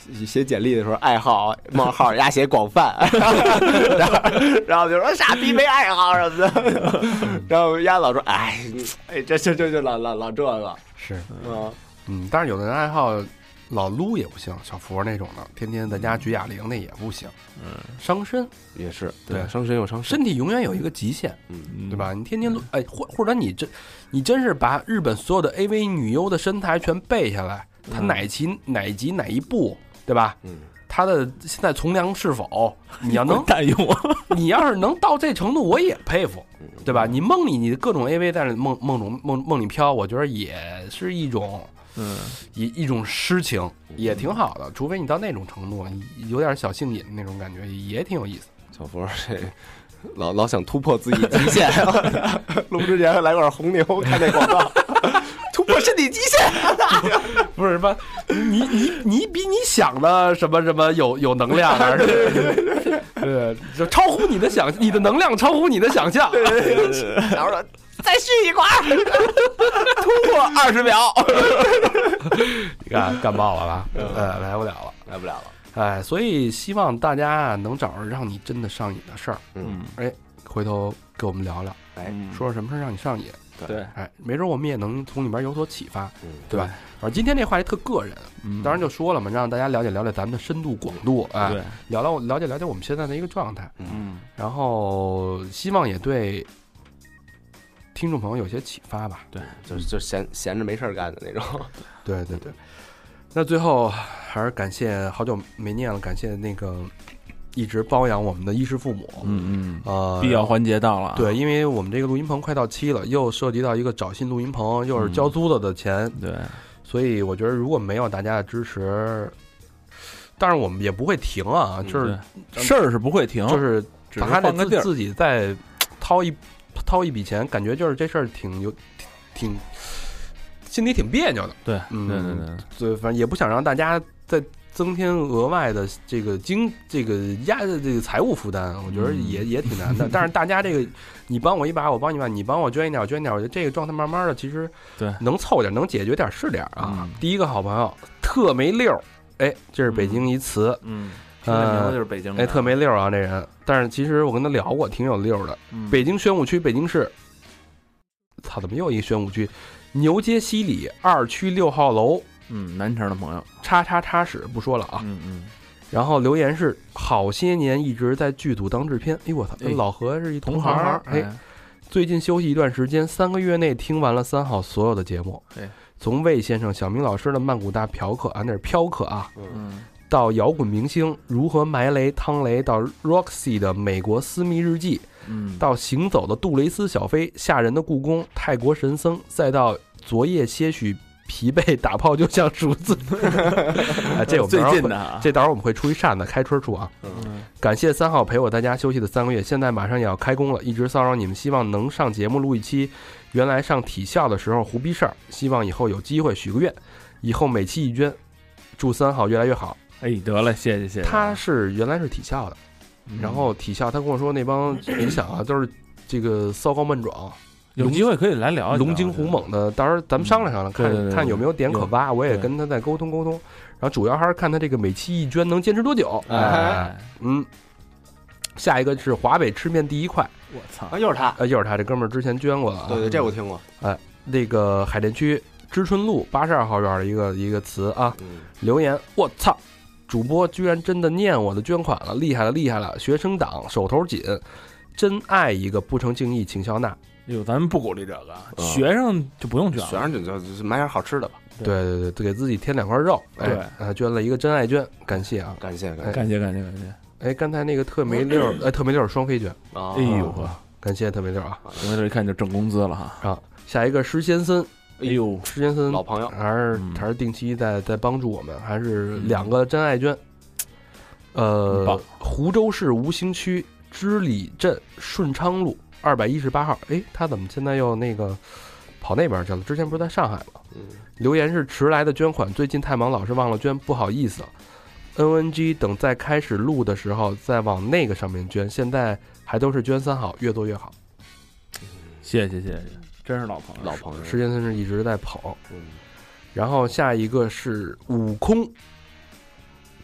写简历的时候爱好冒号丫写广泛，然后然后就说傻逼没爱好什么的，然后丫老说哎哎这这这就老老老这个是嗯嗯，但是有的人爱好老撸也不行，小佛那种的，天天在家举哑铃那也不行，嗯，伤身也是对伤身又伤身身体永远有一个极限， 嗯对吧？你天天撸，哎，或或者你真你真是把日本所有的 A V 女优的身材全背下来，她哪集哪集哪一部，对吧？ 嗯， 她的现在从良是否，你要能淡用， 你要是能到这程度，我也佩服，对吧？你梦里你的各种 A V 在梦梦中梦梦里飘，我觉得也是一种。 嗯， 一一种诗情也挺好的，除非你到那种程度，有点小性瘾那种感觉，也挺有意思。 小佛这老老想突破自己极限，录之前来罐红牛，看那广告，突破身体极限， 不是什么，你你你比你想的什么什么有有能量啊？对，就超乎你的想，你的能量超乎你的想象。 然后说再续一管，突破二十秒， 你看干爆了吧？呃，来不了了， 来不了了。 哎，所以希望大家能找着让你真的上瘾的事儿。 嗯， 哎，回头跟我们聊聊， 哎， 说说什么事让你上瘾。 对， 哎，没准我们也能从里面有所启发， 嗯， 对吧？反正今天这话题特个人， 嗯， 当然就说了嘛，让大家了解了解咱们的深度广度，哎， 对， 聊聊了解了解我们现在的一个状态， 嗯， 然后希望也对听众朋友有些启发吧。 对，就就闲闲着没事干的那种。 对对对。那最后还是感谢，好久没念了，感谢那个一直包养我们的衣食父母。 嗯嗯， 呃， 必要环节到了。 对，因为我们这个录音棚快到期了，又涉及到一个找新录音棚，又是交租子的钱。 对， 所以我觉得如果没有大家的支持，当然我们也不会停啊，就是事儿是不会停， 就是只是还得换个地儿自己再掏一掏一笔钱，感觉就是这事儿挺有挺心里挺别扭的。 对， 嗯， 对对对， 所以反正也不想让大家再增添额外的这个经这个压的这个财务负担，我觉得也、嗯、也挺难的。但是大家这个你帮我一把，我帮你一把，你帮我捐一点，我捐一点，我觉得这个状态慢慢的其实对能凑点，能解决点是点啊。 嗯、 第一个好朋友特没溜，哎，这是北京一词， 嗯，听这名字就是北京的， 哎，特没溜啊这人。但是其实我跟他聊过，挺有溜的。 嗯、 北京宣武区北京市，操，怎么又一宣武区？牛街西里二区六号楼。 嗯，南城的朋友， 叉叉叉史不说了啊。 嗯嗯。 然后留言是好些年一直在剧组当制片，哎我操，跟老何是一同行。哎，哎最近休息一段时间，三个月内听完了三好所有的节目。 哎， 从魏先生、小明老师的曼谷大嫖客啊，那是嫖客啊。 嗯。 到摇滚明星如何埋雷汤雷，到 Roxy 的美国私密日记， 嗯，到行走的杜蕾斯小飞，吓人的故宫，泰国神僧，再到昨夜些许疲惫打炮就像竹子。啊，这我们最近的、啊， 这到时候我们会出一扇子开春出啊。 嗯， 感谢三号陪我在家休息的三个月，现在马上也要开工了，一直骚扰你们，希望能上节目录一期。原来上体校的时候胡逼事儿，希望以后有机会许个愿，以后每期一捐，祝三号越来越好。 哎，得了，谢谢谢谢。 他是原来是体校的， 嗯、 然后体校他跟我说那帮你想啊，都是这个骚高闷壮。 有机会可以来聊一聊， 龙精虎猛的，到时候咱们商量商量，看对对对对看有没有点可挖，我也跟他再沟通沟通。然后主要还是看他这个每期一捐能坚持多久。 哎， 嗯，下一个是华北吃面第一块， 我操， 啊，又是他， 呃，又是他，这哥们儿之前捐过了啊。 对对，这我听过。 哎，那个海淀区知春路八十二号院的一个一个词啊， 嗯、 留言，我操，主播居然真的念我的捐款了，厉害了厉害了！学生党手头紧，真爱一个不成敬意，请笑纳。 哟，咱们不鼓励这个，嗯、学生就不用捐了， 学生就就买点好吃的吧。 对对对，给自己添两块肉。 对， 哎、呃，捐了一个真爱捐，感谢啊， 感谢感谢感谢感谢感谢。 哎，刚才那个特没溜，哎，特没溜双飞捐。 哦、 哎呦呵， 感谢特没溜啊！ 特没溜一看就挣工资了哈。 啊，下一个施先森， 哎呦， 施先森老朋友， 还是、嗯、还是定期在在帮助我们，还是两个真爱捐。嗯、呃，湖州市吴兴区织里镇顺昌路二百一十八号，哎，他怎么现在又那个跑那边去了？之前不是在上海吗？ 嗯， 留言是迟来的捐款，最近太忙，老是忘了捐，不好意思。N N G 等再开始录的时候再往那个上面捐，现在还都是捐三好，越做越好。 谢谢谢谢，真是老朋友， 老朋友。 时间真是一直在跑。 嗯， 然后下一个是悟空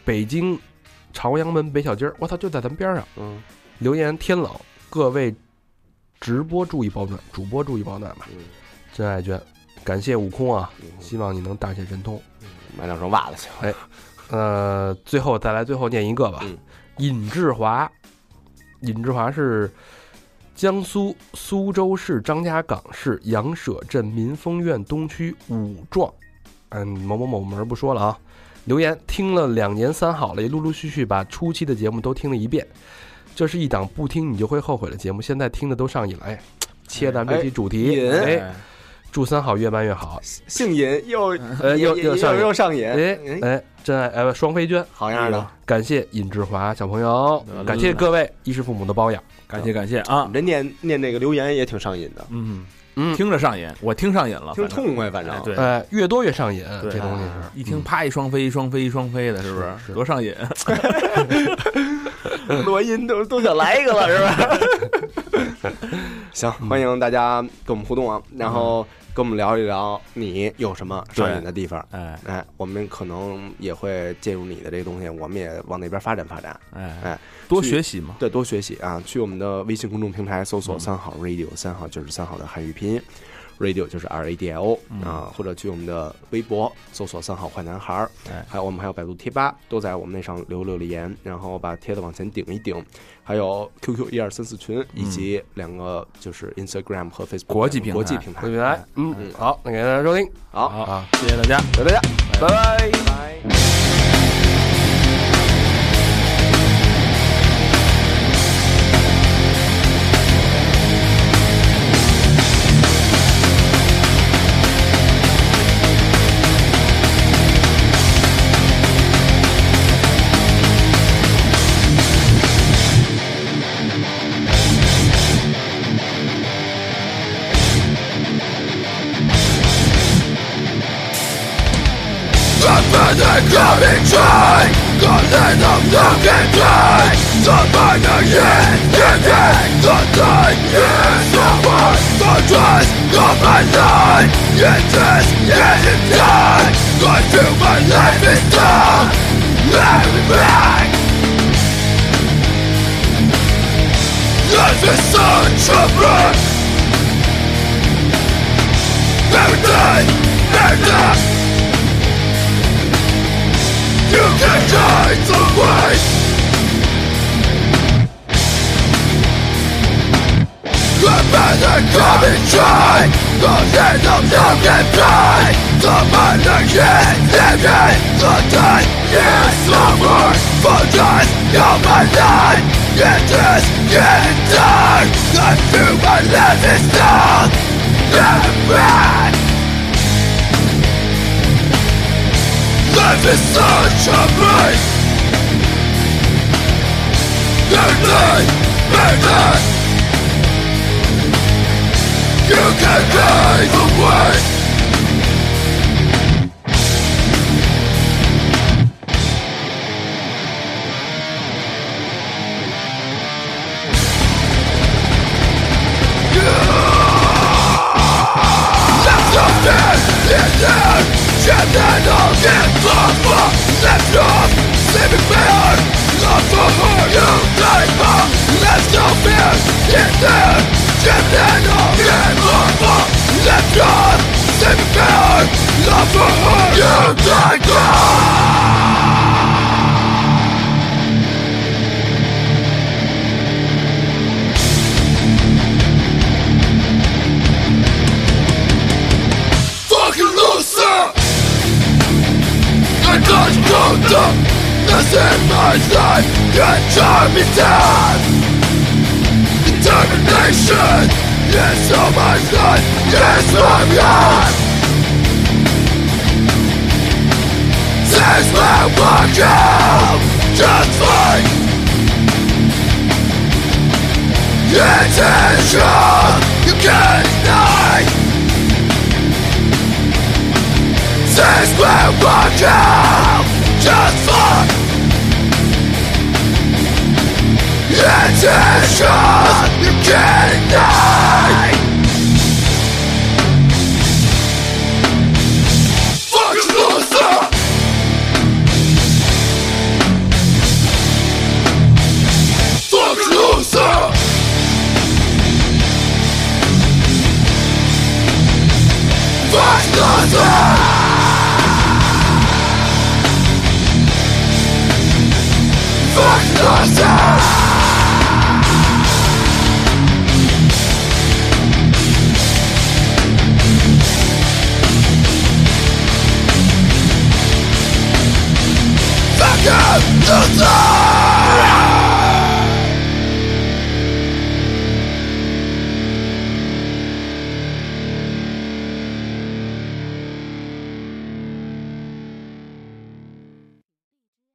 北京朝阳门北小街儿，我操，就在咱们边上。 嗯， 留言天冷，各位直播注意保暖，主播注意保暖吧。 嗯， 真爱娟，感谢悟空啊， 嗯希望你能大显神通。 买两双袜子去。 哎，呃，最后再来最后念一个吧。 嗯， 尹志华，尹志华是江苏苏州市张家港市杨舍镇民丰苑东区五幢，嗯，某某某门不说了啊。留言听了两年三好了，也陆陆续续把初期的节目都听了一遍。这是一档不听你就会后悔的节目，现在听的都上瘾了。哎，切咱们这期主题，哎，哎祝三好越办越好。 姓尹又呃又又上又上瘾， 哎哎，真爱呃双飞娟， 好样的！ 感谢尹志华小朋友，感谢各位衣食父母的包养， 感谢感谢啊！ 你这念念那个留言也挺上瘾的， 嗯嗯， 听着上瘾，我听上瘾了， 听痛快，反正对， 哎，越多越上瘾， 对这东西是一听啪一双飞一双飞一双飞的，是不是？ 是多上瘾！ 录音都都想来一个了，是吧？行，欢迎大家跟我们互动啊，然后跟我们聊一聊你有什么上瘾的地方。 哎哎，我们可能也会介入你的这个东西，我们也往那边发展发展。 哎哎， 多学习嘛， 对，多学习啊！去我们的微信公众平台搜索“三好 radio”， 三好就是三好的汉语拼音。radio 就是 R A D I O 啊，或者去我们的微博搜索三好坏男孩，还有我们还有百度贴吧，都在我们那上留留言，然后把帖子往前顶一顶，还有 Q Q 一二三四群，以及两个就是 Instagram 和 Facebook 国际平台， 国际平台。 回来，嗯嗯，好，那感谢大家收听， 好啊， 谢谢大家， 谢谢大家， 拜拜。 拜拜。 They come and try, God let them look and try. The minor is giving, the night is over. The trust of my life, it is getting done. I feel my life is done, everything. Life is such a wreck. Everything, everything. You can guide the way. The better come and try. The end of you can play. The minor is living. The time is over. For just your my life. It is getting dark. I feel my life is done. Everything. Life is such a break. Everything, everything. You can guide the way. Left of fear in there. Trapped and all get love, left off, saving fear. Love for her, you die for. Left no fear in there. Trapped and all get love, left off, saving fear. Love for her, you die for. Fucking loser. I don't go down. Nothing in my life can turn me down. Determination is all my life, is my life. This will work out just fine. Intention you can't deny. This will work out just fine. Intention you can't deny. Fuck loser. Fuck the